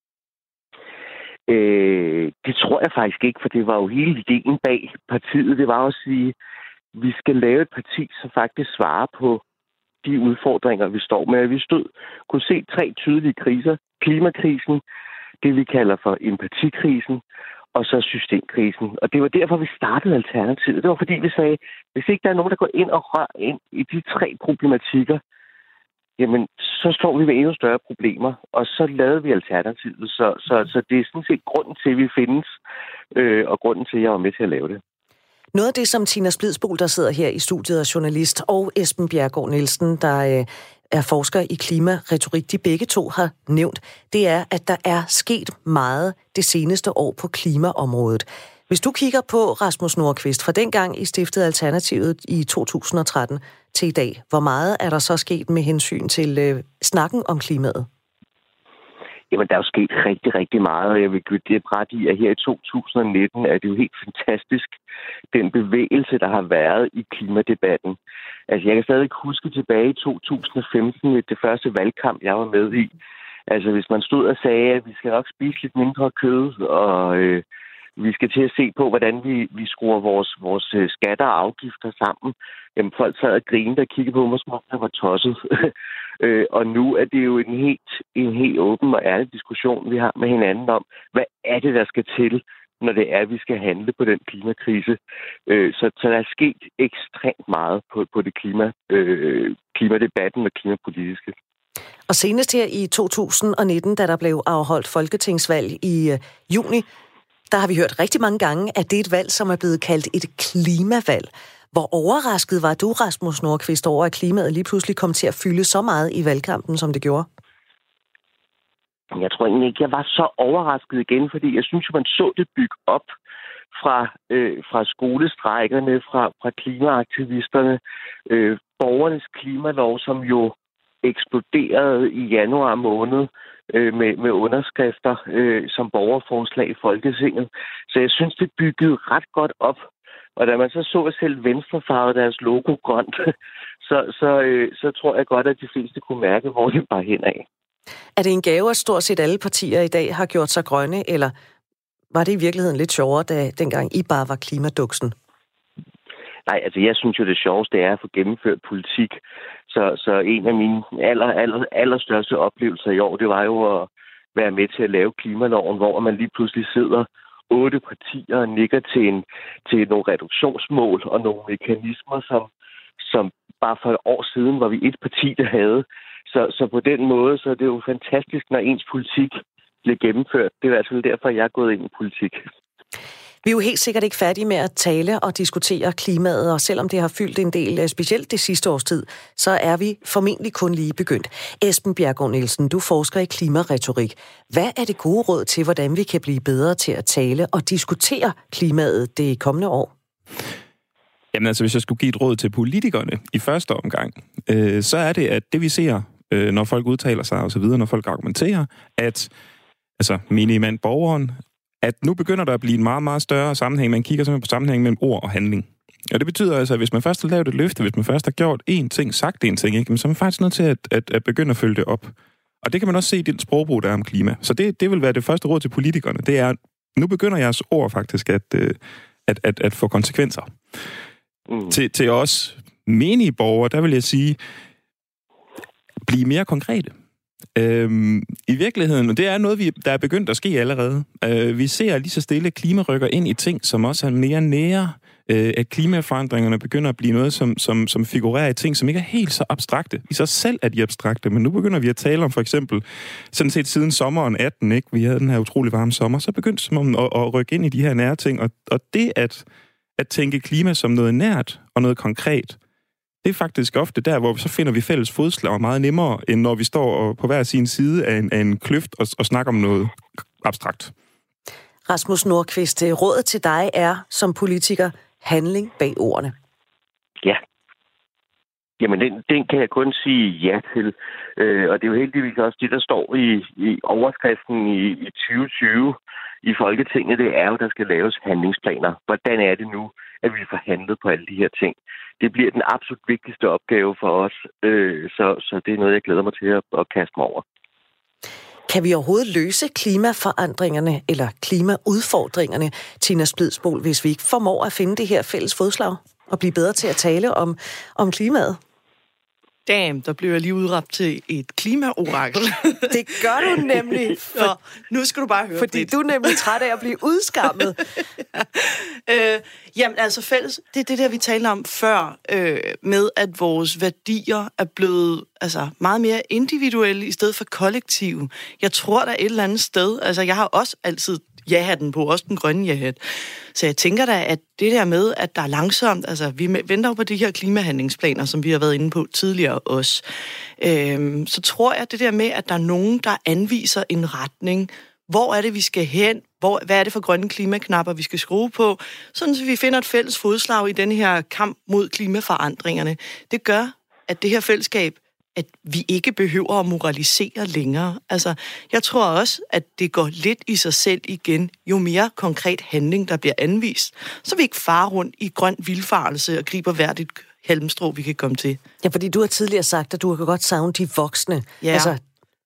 Det tror jeg faktisk ikke, for det var jo hele ideen bag partiet. Det var at sige, at vi skal lave et parti, som faktisk svarer på de udfordringer, vi står med. Vi kunne se 3 tydelige kriser. Klimakrisen, det vi kalder for empatikrisen, og så systemkrisen. Og det var derfor, vi startede Alternativet. Det var fordi, vi sagde, hvis ikke der er nogen, der går ind og rører ind i de 3 problematikker, jamen, så står vi med endnu større problemer. Og så lavede vi Alternativet. Så det er sådan set grunden til, at vi findes, og grunden til, at jeg var med til at lave det. Noget af det, som Tina Splidsboel, der sidder her i studiet, er journalist, og Esben Bjerregaard Nielsen, der er forsker i klimaretorik, de begge to har nævnt, det er, at der er sket meget det seneste år på klimaområdet. Hvis du kigger på Rasmus Nordqvist, fra dengang I stiftede Alternativet i 2013 til i dag, hvor meget er der så sket med hensyn til snakken om klimaet? Jamen, der er jo sket rigtig, rigtig meget, og jeg vil give det ret i, at her i 2019 er det jo helt fantastisk, den bevægelse, der har været i klimadebatten. Altså, jeg kan stadig huske tilbage i 2015, det første valgkamp, jeg var med i, Altså, hvis man stod og sagde, at vi skal nok spise lidt mindre kød, og vi skal til at se på, hvordan vi skruer vores skatter og afgifter sammen. Jamen, folk sad og grinede og kiggede på mig, som om jeg var tosset. Og nu er det jo en helt åben og ærlig diskussion, vi har med hinanden om, hvad er det, der skal til, når det er, at vi skal handle på den klimakrise. Så der er sket ekstremt meget på det klimadebatten og klimapolitiske. Og senest her i 2019, da der blev afholdt folketingsvalg i juni, der har vi hørt rigtig mange gange, at det er et valg, som er blevet kaldt et klimavalg. Hvor overrasket var du, Rasmus Nordqvist, over at klimaet lige pludselig kom til at fylde så meget i valgkampen, som det gjorde? Jeg tror egentlig ikke, jeg var så overrasket igen, fordi jeg synes jo, man så det bygge op fra skolestrækkerne, fra klimaaktivisterne, borgernes klimalov, som jo eksploderede i januar måned med underskrifter som borgerforslag i Folketinget. Så jeg synes, det byggede ret godt op. Og da man så selv venstrefarvede deres logo grønt, så tror jeg godt, at de fleste kunne mærke, hvor det bare henad. Er det en gave, at stort set alle partier i dag har gjort sig grønne, eller var det i virkeligheden lidt sjovere, dengang I bare var klimaduksen? Nej, altså jeg synes jo, det sjoveste er at få gennemført politik. Så en af mine allerstørste oplevelser i år, det var jo at være med til at lave klimaloven, hvor man lige pludselig sidder 8 partier og nikker til nogle reduktionsmål og nogle mekanismer, som bare for et år siden var vi et parti, der havde. Så på den måde, så er det jo fantastisk, når ens politik bliver gennemført. Det er i hvert fald derfor, jeg er gået ind i politik. Vi er jo helt sikkert ikke færdige med at tale og diskutere klimaet, og selvom det har fyldt en del, specielt det sidste års tid, så er vi formentlig kun lige begyndt. Esben Bjerregaard Nielsen, du forsker i klimaretorik. Hvad er det gode råd til, hvordan vi kan blive bedre til at tale og diskutere klimaet det kommende år? Jamen altså, hvis jeg skulle give et råd til politikerne i første omgang, så er det, at det vi ser, når folk udtaler sig og så videre, når folk argumenterer, at altså minimand borgeren, at nu begynder der at blive en meget, meget større sammenhæng. Man kigger simpelthen på sammenhængen mellem ord og handling. Og det betyder altså, at hvis man først har lavet et løfte, hvis man først har gjort én ting, sagt én ting, ikke, så er man faktisk nødt til at begynde at følge det op. Og det kan man også se i den sprogbrug, der er om klima. Så det vil være det første råd til politikerne. Det er, nu begynder jeres ord faktisk at få konsekvenser. Til os menige borgere, der vil jeg sige, blive mere konkrete. I virkeligheden, og det er noget, der er begyndt at ske allerede. Vi ser lige så stille klimarykker ind i ting, som også er mere nære, at klimaforandringerne begynder at blive noget, som figurerer i ting, som ikke er helt så abstrakte. I sig selv er de abstrakte, men nu begynder vi at tale om for eksempel, sådan set siden sommeren 18, ikke? Vi havde den her utrolig varme sommer, så begyndte som om at rykke ind i de her nære ting, og det at tænke klima som noget nært og noget konkret, det er faktisk ofte der, hvor så finder vi fælles fodslag meget nemmere, end når vi står på hver sin side af en kløft og snakker om noget abstrakt. Rasmus Nordqvist, rådet til dig er som politiker handling bag ordene. Ja. Jamen, den kan jeg kun sige ja til. Og det er jo heldigvis også det, der står i overskriften i 2020 i Folketinget. Det er jo, der skal laves handlingsplaner. Hvordan er det nu, at vi får handlet på alle de her ting? Det bliver den absolut vigtigste opgave for os. Så det er noget, jeg glæder mig til at kaste mig over. Kan vi overhovedet løse klimaforandringerne eller klimaudfordringerne, Tina Splidsboel, hvis vi ikke formår at finde det her fælles fodslag og blive bedre til at tale om klimaet? Damn, der blev jeg lige udråbt til et klimaorakel. Det gør du nemlig. Nu skal du bare høre. Fordi du er nemlig træt af at blive udskammet. Jamen altså fælles, det er det der, vi talte om før, med at vores værdier er blevet meget mere individuelle i stedet for kollektive. Jeg tror, der er et eller andet sted, altså jeg har også altid ja-hatten på, også den grønne ja-hat. Så jeg tænker da, at det der med, at der er langsomt, altså vi venter jo på de her klimahandlingsplaner, som vi har været inde på tidligere også, så tror jeg, det der med, at der er nogen, der anviser en retning, hvor er det, vi skal hen, hvad er det for grønne klimaknapper, vi skal skrue på, sådan så vi finder et fælles fodslag i den her kamp mod klimaforandringerne. Det gør, at det her fællesskab, at vi ikke behøver at moralisere længere. Altså, jeg tror også, at det går lidt i sig selv igen, jo mere konkret handling, der bliver anvist, så vi ikke farer rundt i grøn vildfarelse og griber hvert et halmstrå, vi kan komme til. Ja, fordi du har tidligere sagt, at du kan godt savne de voksne. Ja. Altså,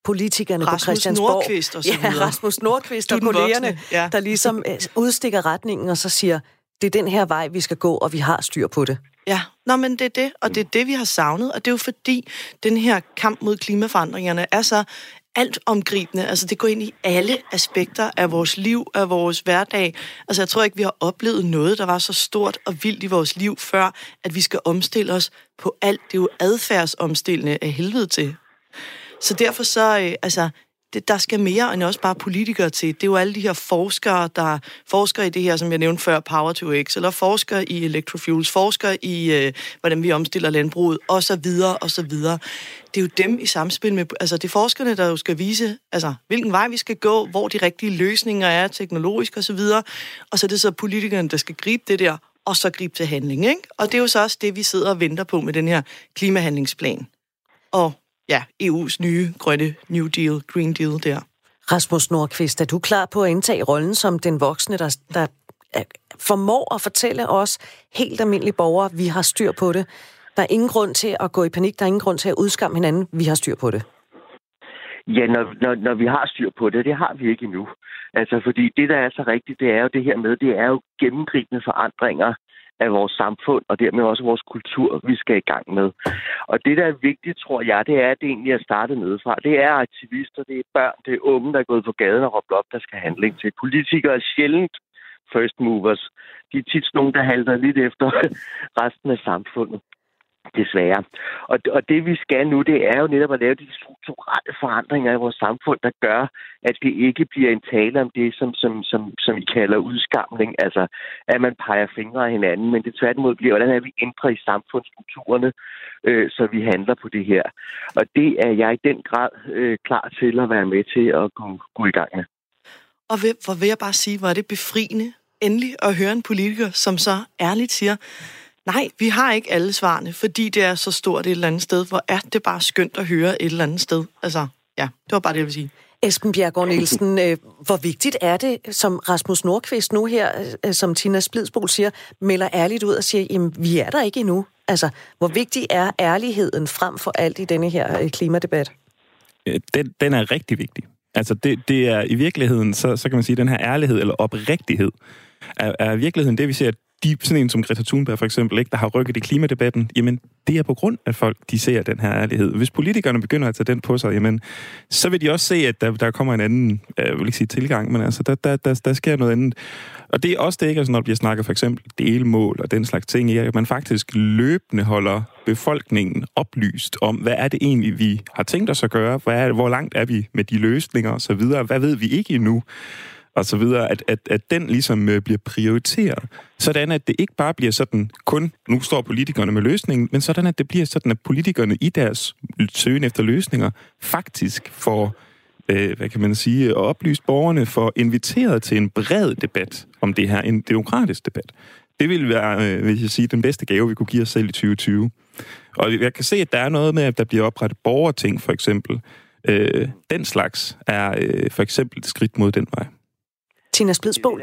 politikerne Rasmus på Christiansborg. Nordqvist og så videre. Rasmus Nordqvist og kollegerne, der ligesom udstikker retningen og så siger, det er den her vej, vi skal gå, og vi har styr på det. Ja, men det er det, og det er det, vi har savnet, og det er jo fordi, den her kamp mod klimaforandringerne er så altomgribende. Altså, det går ind i alle aspekter af vores liv, af vores hverdag. Altså, jeg tror ikke, vi har oplevet noget, der var så stort og vildt i vores liv, før at vi skal omstille os på alt. Det er jo adfærdsomstillende af helvede til. Så derfor så, der skal mere end også bare politikere til. Det er jo alle de her forskere, der forsker i det her, som jeg nævnte før, Power to X, eller forskere i electrofuels, forskere i, hvordan vi omstiller landbruget, og så videre, og så videre. Det er jo dem i samspil med, altså det er forskerne, der jo skal vise, altså hvilken vej vi skal gå, hvor de rigtige løsninger er, teknologisk og så videre, og så er det så politikerne, der skal gribe det der, og så gribe til handling, ikke? Og det er jo så også det, vi sidder og venter på med den her klimahandlingsplan. Og ja, EU's nye grønne New Deal, Green Deal der. Rasmus Nordqvist, er du klar på at indtage rollen som den voksne, der formår at fortælle os helt almindelige borgere, vi har styr på det? Der er ingen grund til at gå i panik, der er ingen grund til at udskamme hinanden, vi har styr på det. Ja, når vi har styr på det har vi ikke endnu. Altså, fordi det, der er så rigtigt, det er jo det her med, det er jo gennemgribende forandringer af vores samfund, og dermed også vores kultur, vi skal i gang med. Og det, der er vigtigt, tror jeg, det er, at det egentlig er startet nedefra. Det er aktivister, det er børn, det er unge, der er gået på gaden og råbt op, der skal handling til. Politikere er sjældent first movers. De er tit nogen, der halter lidt efter resten af samfundet. Desværre. Og det, vi skal nu, det er jo netop at lave de strukturelle forandringer i vores samfund, der gør, at det ikke bliver en tale om det, som vi kalder udskamning, altså at man peger fingre af hinanden, men det tværtimod bliver, hvordan vi ændrer i samfundsstrukturerne, så vi handler på det her. Og det er jeg i den grad klar til at være med til at gå i gang med. Og hvor vil jeg bare sige, hvor er det befriende endelig at høre en politiker, som så ærligt siger, nej, vi har ikke alle svarene, fordi det er så stort et eller andet sted. Hvor er det bare skønt at høre et eller andet sted. Altså, ja, det var bare det, jeg vil sige. Esben Bjerregaard Nielsen, hvor vigtigt er det, som Rasmus Nordqvist nu her, som Tina Splidsbol siger, melder ærligt ud og siger, jamen, vi er der ikke endnu. Altså, hvor vigtig er ærligheden frem for alt i denne her klimadebat? Den er rigtig vigtig. Altså, det er i virkeligheden, så kan man sige, den her ærlighed eller oprigtighed, er i virkeligheden det, vi ser, sådan en som Greta Thunberg for eksempel, ikke, der har rykket i klimadebatten, jamen, det er på grund af folk, de ser den her ærlighed. Hvis politikerne begynder at tage den på sig, jamen, så vil de også se, at der kommer en anden, jeg vil ikke sige tilgang, men altså, der sker noget andet. Og det er også det, ikke, altså, når der bliver snakket for eksempel delmål og den slags ting, at man faktisk løbende holder befolkningen oplyst om, hvad er det egentlig, vi har tænkt os at gøre, hvor langt er vi med de løsninger og så videre, hvad ved vi ikke endnu, og så videre, at den ligesom bliver prioriteret, sådan at det ikke bare bliver sådan, kun nu står politikerne med løsningen, men sådan at det bliver sådan, at politikerne i deres søgen efter løsninger faktisk får, hvad kan man sige, oplyst borgerne, får inviteret til en bred debat om det her, en demokratisk debat. Det vil være, vil jeg sige, den bedste gave, vi kunne give os selv i 2020. Og jeg kan se, at der er noget med, at der bliver oprettet borgerting, for eksempel. Den slags er for eksempel et skridt mod den vej. Tina Splidsbol.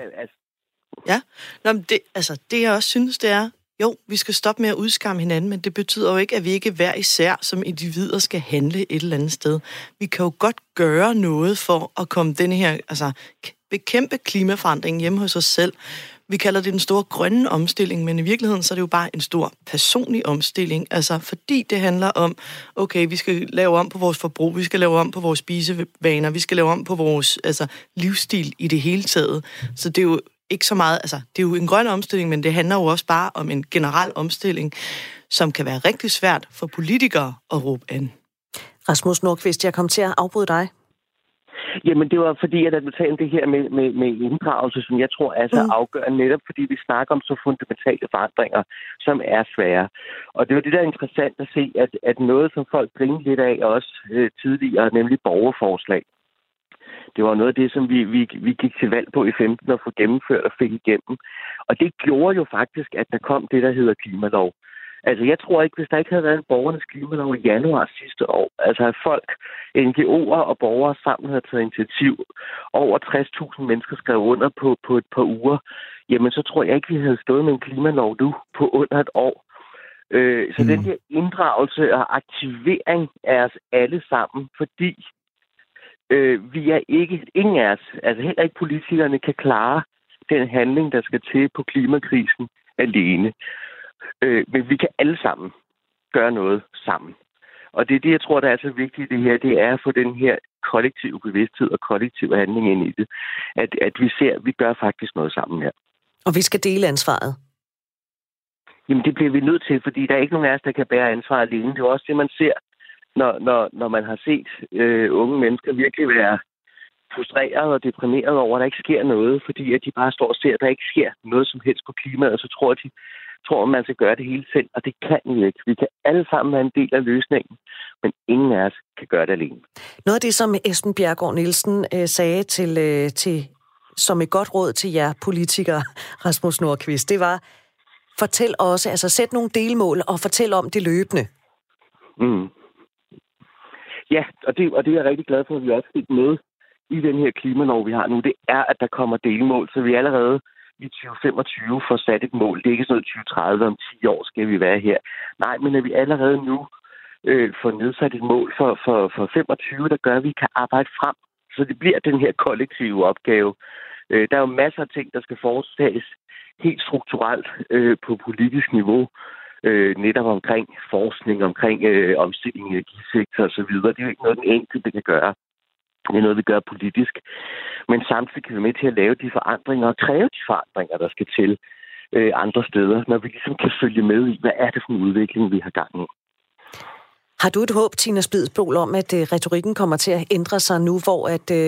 Ja, nå, men det jeg også synes, det er, jo, vi skal stoppe med at udskamme hinanden, men det betyder jo ikke, at vi ikke hver især som individer skal handle et eller andet sted. Vi kan jo godt gøre noget for at komme denne her, altså bekæmpe klimaforandringen hjemme hos os selv. Vi kalder det den store grønne omstilling, men i virkeligheden så er det jo bare en stor personlig omstilling. Altså fordi det handler om, okay, vi skal lave om på vores forbrug, vi skal lave om på vores spisevaner, vi skal lave om på vores livsstil i det hele taget. Så det er jo ikke så meget, altså det er jo en grøn omstilling, men det handler jo også bare om en generel omstilling, som kan være rigtig svært for politikere at råbe an. Rasmus Nordqvist, jeg kom til at afbryde dig. Jamen, det var fordi, at du talte det her med inddragelse, som jeg tror er så afgørende, netop fordi vi snakker om så fundamentale forandringer, som er svære. Og det var det, der er interessant at se, at noget, som folk grinede lidt af også tidligere, nemlig borgerforslag. Det var noget af det, som vi gik til valg på i 15 og få gennemført og fik igennem. Og det gjorde jo faktisk, at der kom det, der hedder klimalov. Altså, jeg tror ikke, hvis der ikke havde været en borgernes klimalov i januar sidste år, altså at folk, NGO'er og borgere sammen havde taget initiativ, over 60.000 mennesker skrev under på et par uger, jamen så tror jeg ikke, vi havde stået med en klimalov nu på under et år. Så den der inddragelse og aktivering af os alle sammen, fordi Vi er ikke, ingen af os, altså heller ikke politikerne, kan klare den handling, der skal til på klimakrisen alene. Men vi kan alle sammen gøre noget sammen. Og det er det, jeg tror, der er så vigtigt i det her, det er at få den her kollektive bevidsthed og kollektiv handling ind i det. At vi ser, at vi gør faktisk noget sammen her. Og vi skal dele ansvaret? Jamen, det bliver vi nødt til, fordi der er ikke nogen af os, der kan bære ansvaret alene. Det er også det, man ser, når man har set unge mennesker virkelig være frustreret og deprimeret over, at der ikke sker noget, fordi at de bare står og ser, at der ikke sker noget som helst på klimaet, og så tror man skal gøre det hele selv, og det kan vi ikke. Vi kan alle sammen være en del af løsningen, men ingen af os kan gøre det alene. Noget af det, som Esben Bjerregaard Nielsen sagde til som et godt råd til jer politikere, Rasmus Nordqvist, det var, fortæl også, altså sæt nogle delmål og fortæl om det løbende. Mm. Ja, og det er jeg rigtig glad for, at vi også fik med i den her klimalov, vi har nu. Det er, at der kommer delmål, så vi allerede i 2025 får sat et mål. Det er ikke sådan noget 2030, om 10 år skal vi være her. Nej, men at vi allerede nu får nedsat et mål for 25, der gør, at vi kan arbejde frem. Så det bliver den her kollektive opgave. Der er jo masser af ting, der skal foretages helt strukturelt på politisk niveau. Netop omkring forskning, omkring omstilling i energisektor osv. Det er jo ikke noget, den enkelte kan gøre. Det er noget, vi gør politisk. Men samtidig kan vi med til at lave de forandringer og kræve de forandringer, der skal til andre steder, når vi ligesom kan følge med i, hvad er det for en udvikling, vi har gang i. Har du et håb, Tina Spidsbol, om, at retorikken kommer til at ændre sig nu, hvor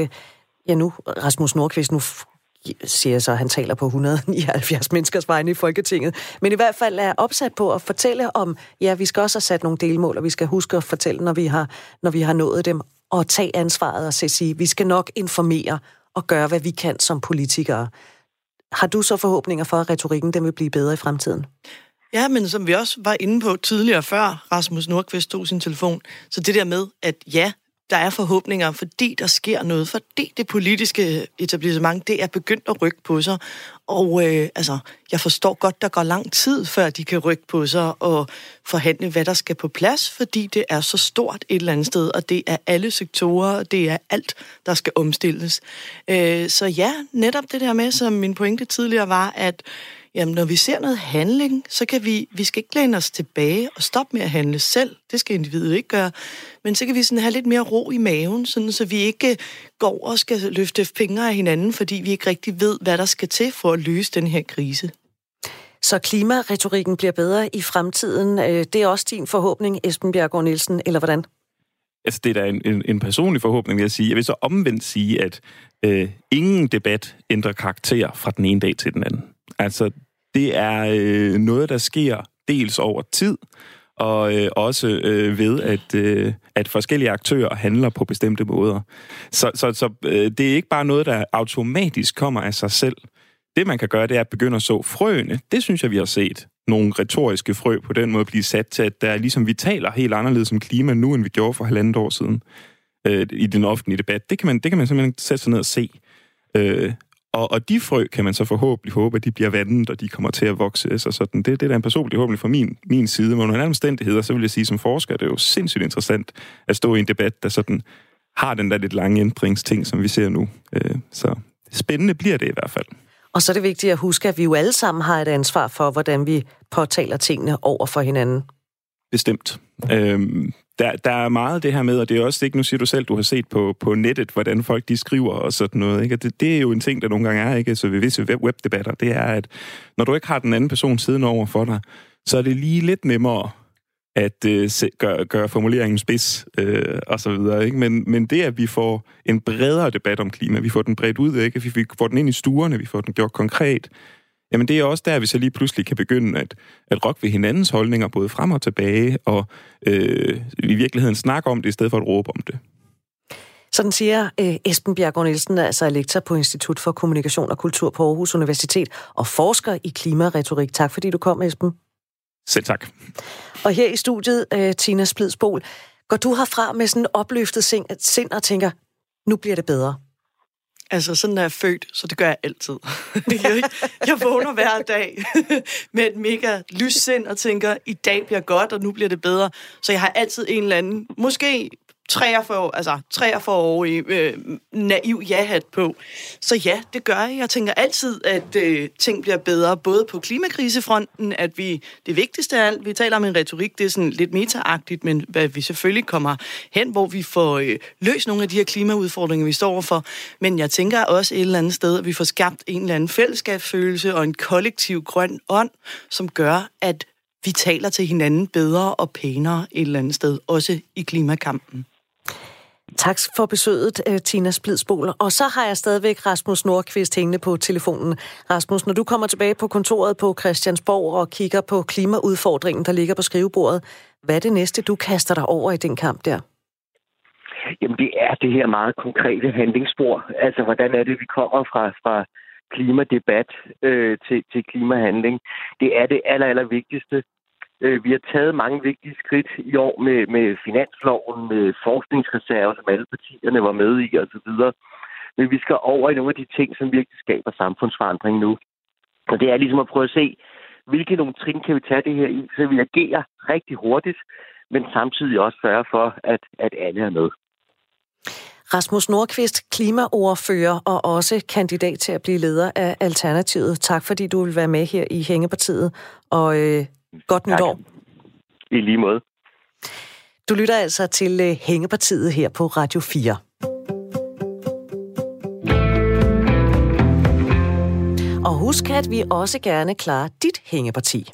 nu Rasmus Nordqvist, nu siger så, at han taler på 179 menneskers vegne i Folketinget, men i hvert fald er opsat på at fortælle om, ja, vi skal også have sat nogle delmål, og vi skal huske at fortælle, når vi har nået dem, og tage ansvaret og sige, vi skal nok informere og gøre, hvad vi kan som politikere. Har du så forhåbninger for, at retorikken den vil blive bedre i fremtiden? Ja, men som vi også var inde på tidligere, før Rasmus Nordqvist tog sin telefon, så det der med, at ja, der er forhåbninger, fordi der sker noget, fordi det politiske etablissement, det er begyndt at rykke på sig. Og jeg forstår godt, der går lang tid, før de kan rykke på sig og forhandle, hvad der skal på plads, fordi det er så stort et eller andet sted, og det er alle sektorer, og det er alt, der skal omstilles. Så ja, netop det der med, som min pointe tidligere var, at jamen, når vi ser noget handling, så kan vi skal ikke læne os tilbage og stoppe med at handle selv. Det skal individet ikke gøre. Men så kan vi sådan have lidt mere ro i maven, sådan, så vi ikke går og skal løfte fingre af hinanden, fordi vi ikke rigtig ved, hvad der skal til for at løse den her krise. Så klimaretorikken bliver bedre i fremtiden. Det er også din forhåbning, Esben Bjerregaard Nielsen, eller hvordan? Altså, det er da en personlig forhåbning, vil jeg sige. Jeg vil så omvendt sige, at ingen debat ændrer karakter fra den ene dag til den anden. Altså, det er noget, der sker dels over tid, og også ved, at forskellige aktører handler på bestemte måder. Så det er ikke bare noget, der automatisk kommer af sig selv. Det, man kan gøre, det er at begynde at så frøene. Det synes jeg, vi har set nogle retoriske frø på den måde blive sat til, at der ligesom vi taler helt anderledes om klima nu, end vi gjorde for 1,5 år siden i den offentlige debat. Det kan man simpelthen sætte sig ned og se. Og de frø kan man så forhåbentlig håbe, at de bliver vandet, og de kommer til at vokse. Så sådan. Det er da en personlig håbning fra min side. Men under alle omstændigheder, så vil jeg sige, som forsker, det er jo sindssygt interessant at stå i en debat, der sådan har den der lidt lange ændringsting, som vi ser nu. Så spændende bliver det i hvert fald. Og så er det vigtigt at huske, at vi jo alle sammen har et ansvar for, hvordan vi påtaler tingene over for hinanden. Bestemt. Der er meget det her med, og det er også ikke, nu siger du selv, du har set på nettet, hvordan folk de skriver og sådan noget, ikke? Og det er jo en ting, der nogle gange er, ikke? Så ved visse webdebatter, det er, at når du ikke har den anden person siddende over for dig, så er det lige lidt nemmere at gøre formuleringen spids og så videre, ikke? Men det, at vi får en bredere debat om klima, vi får den bredt ud, ikke? Vi får den ind i stuerne, vi får den gjort konkret, jamen det er også der, vi så lige pludselig kan begynde at rokke ved hinandens holdninger, både frem og tilbage, og i virkeligheden snakke om det, i stedet for at råbe om det. Sådan siger Esben Bjerregaard Nielsen, altså lektor på Institut for Kommunikation og Kultur på Aarhus Universitet, og forsker i klimaretorik. Tak fordi du kom, Esben. Selv tak. Og her i studiet, Tina Spidsbol, går du herfra med sådan en opløftet sind og tænker, nu bliver det bedre? Altså, sådan er jeg født, så det gør jeg altid. Jeg vågner hver dag med et mega lyssind og tænker, i dag bliver godt, og nu bliver det bedre. Så jeg har altid en eller anden, måske 43-årig naiv ja-hat på. Så ja, det gør jeg. Jeg tænker altid, at ting bliver bedre, både på klimakrisefronten, at det vigtigste af alt, vi taler om en retorik, det er sådan lidt meta-agtigt, men at vi selvfølgelig kommer hen, hvor vi får løst nogle af de her klimaudfordringer, vi står overfor. Men jeg tænker også et eller andet sted, at vi får skabt en eller anden fællesskabsfølelse og en kollektiv grøn ånd, som gør, at vi taler til hinanden bedre og pænere et eller andet sted, også i klimakampen. Tak for besøget, Tina Splidsbol. Og så har jeg stadigvæk Rasmus Nordqvist hængende på telefonen. Rasmus, når du kommer tilbage på kontoret på Christiansborg og kigger på klimaudfordringen, der ligger på skrivebordet, hvad er det næste, du kaster dig over i den kamp der? Jamen, det er det her meget konkrete handlingsspor. Altså, hvordan er det, vi kommer fra klimadebat til klimahandling? Det er det aller vigtigste. Vi har taget mange vigtige skridt i år med finansloven, med forskningsreserver, som alle partierne var med i osv. Men vi skal over i nogle af de ting, som virkelig skaber samfundsforandring nu. Og det er ligesom at prøve at se, hvilke nogle trin kan vi tage det her i, så vi agerer rigtig hurtigt, men samtidig også sørge for, at alle er med. Rasmus Nordqvist, klimaordfører og også kandidat til at blive leder af Alternativet. Tak fordi du vil være med her i Hængepartiet, og godt nytår. I lige måde. Du lytter altså til Hængepartiet her på Radio 4. Og husk, at vi også gerne klarer dit hængeparti.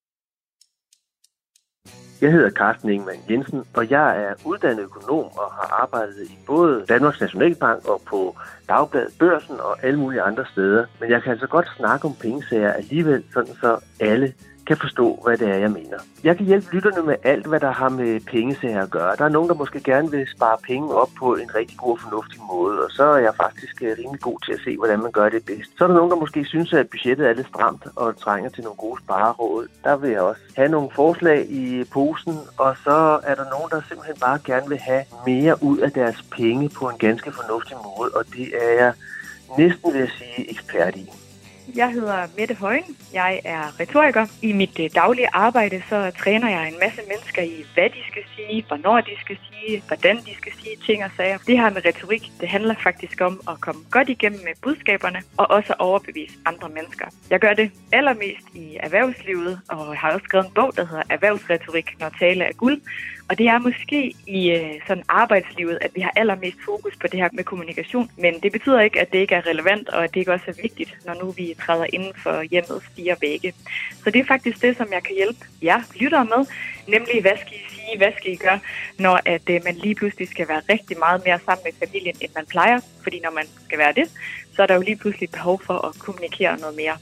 Jeg hedder Carsten Ingemann Jensen, og jeg er uddannet økonom og har arbejdet i både Danmarks Nationalbank og på Dagbladet Børsen og alle mulige andre steder. Men jeg kan altså godt snakke om pengesager alligevel, sådan så alle kan forstå, hvad det er, jeg mener. Jeg kan hjælpe lytterne med alt, hvad der har med pengesager at gøre. Der er nogen, der måske gerne vil spare penge op på en rigtig god og fornuftig måde, og så er jeg faktisk rimelig god til at se, hvordan man gør det bedst. Så er der nogen, der måske synes, at budgettet er lidt stramt og trænger til nogle gode spareråd. Der vil jeg også have nogle forslag i posen, og så er der nogen, der simpelthen bare gerne vil have mere ud af deres penge på en ganske fornuftig måde, og det er jeg næsten, vil jeg sige, ekspert i. Jeg hedder Mette Højen. Jeg er retoriker. I mit daglige arbejde så træner jeg en masse mennesker i, hvad de skal sige, hvornår de skal sige, hvordan de skal sige ting og sager. Det her med retorik, det handler faktisk om at komme godt igennem med budskaberne og også overbevise andre mennesker. Jeg gør det allermest i erhvervslivet og har også skrevet en bog, der hedder Erhvervsretorik, når tale er guld. Og det er måske i sådan arbejdslivet, at vi har allermest fokus på det her med kommunikation. Men det betyder ikke, at det ikke er relevant, og at det ikke også er vigtigt, når nu vi træder inden for hjemmets 4 vægge. Så det er faktisk det, som jeg kan hjælpe jer lyttere med. Nemlig, hvad skal I sige, hvad skal I gøre, når at man lige pludselig skal være rigtig meget mere sammen med familien, end man plejer. Fordi når man skal være det, så er der jo lige pludselig behov for at kommunikere noget mere.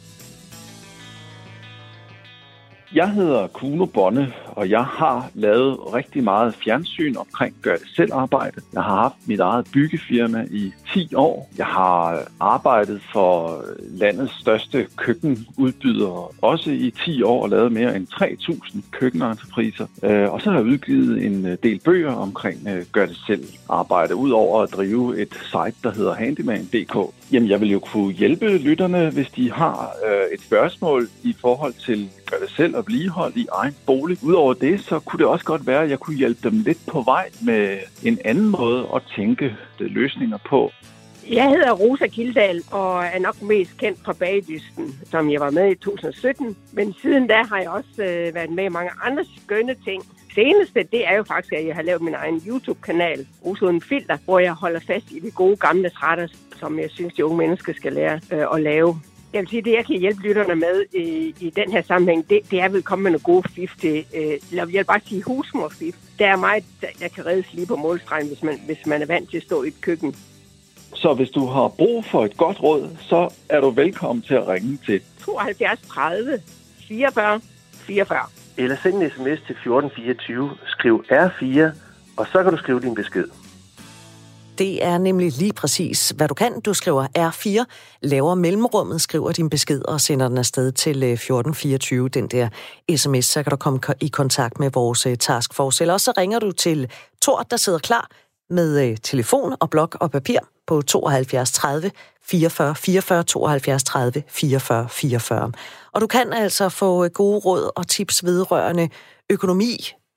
Jeg hedder Kuno Bonne, og jeg har lavet rigtig meget fjernsyn omkring gør-det-selv-arbejde. Jeg har haft mit eget byggefirma i 10 år. Jeg har arbejdet for landets største køkkenudbydere, også i 10 år, og lavet mere end 3.000 køkkenentrepriser. Og så har jeg udgivet en del bøger omkring gør-det-selv-arbejde, udover at drive et site, der hedder handyman.dk. Jamen, jeg vil jo kunne hjælpe lytterne, hvis de har et spørgsmål i forhold til gør det selv og vedligehold i egen bolig. Udover det, så kunne det også godt være, at jeg kunne hjælpe dem lidt på vej med en anden måde at tænke løsninger på. Jeg hedder Rosa Kildal og er nok mest kendt fra Bagdysten, som jeg var med i 2017. Men siden da har jeg også været med i mange andre skønne ting. Seneste, det er jo faktisk, at jeg har lavet min egen YouTube-kanal, Rosa Uden Filter, hvor jeg holder fast i de gode gamle retter, som jeg synes, de unge mennesker skal lære at lave. Jeg vil sige, det jeg kan hjælpe lytterne med i den her sammenhæng, det er vel komme med nogle gode fif til, jeg vil bare sige husmorfif. Der er meget, der kan reddes lige på målstregen, hvis man er vant til at stå i et køkken. Så hvis du har brug for et godt råd, så er du velkommen til at ringe til 72 30 44 44. Eller send en sms til 1424, skriv R4, og så kan du skrive din besked. Det er nemlig lige præcis, hvad du kan. Du skriver R4, laver mellemrummet, skriver din besked og sender den afsted til 1424, den der sms. Så kan du komme i kontakt med vores taskforce. Eller også så ringer du til Thor, der sidder klar med telefon og blok og papir på 72 30 44 44, 72 30 44 44. Og du kan altså få gode råd og tips vedrørende økonomi,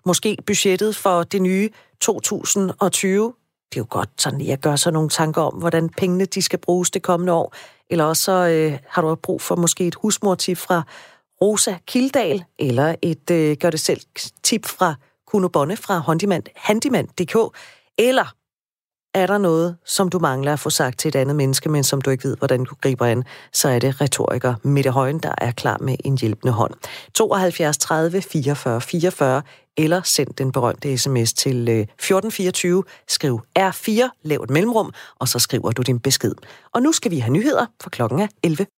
måske budgettet for det nye 2020. Det er jo godt sådan lige at gøre sig nogle tanker om, hvordan pengene de skal bruges det kommende år. Eller også så har du brug for måske et husmortip fra Rosa Kildal, eller et gør det selv tip fra Kuno Bonne fra Handyman.dk, eller er der noget, som du mangler at få sagt til et andet menneske, men som du ikke ved, hvordan du griber an, så er det retoriker Mette Højen, der er klar med en hjælpende hånd. 72 30 44 44, eller send den berømte sms til 1424, skriv R4, lav et mellemrum, og så skriver du din besked. Og nu skal vi have nyheder, for klokken er 11.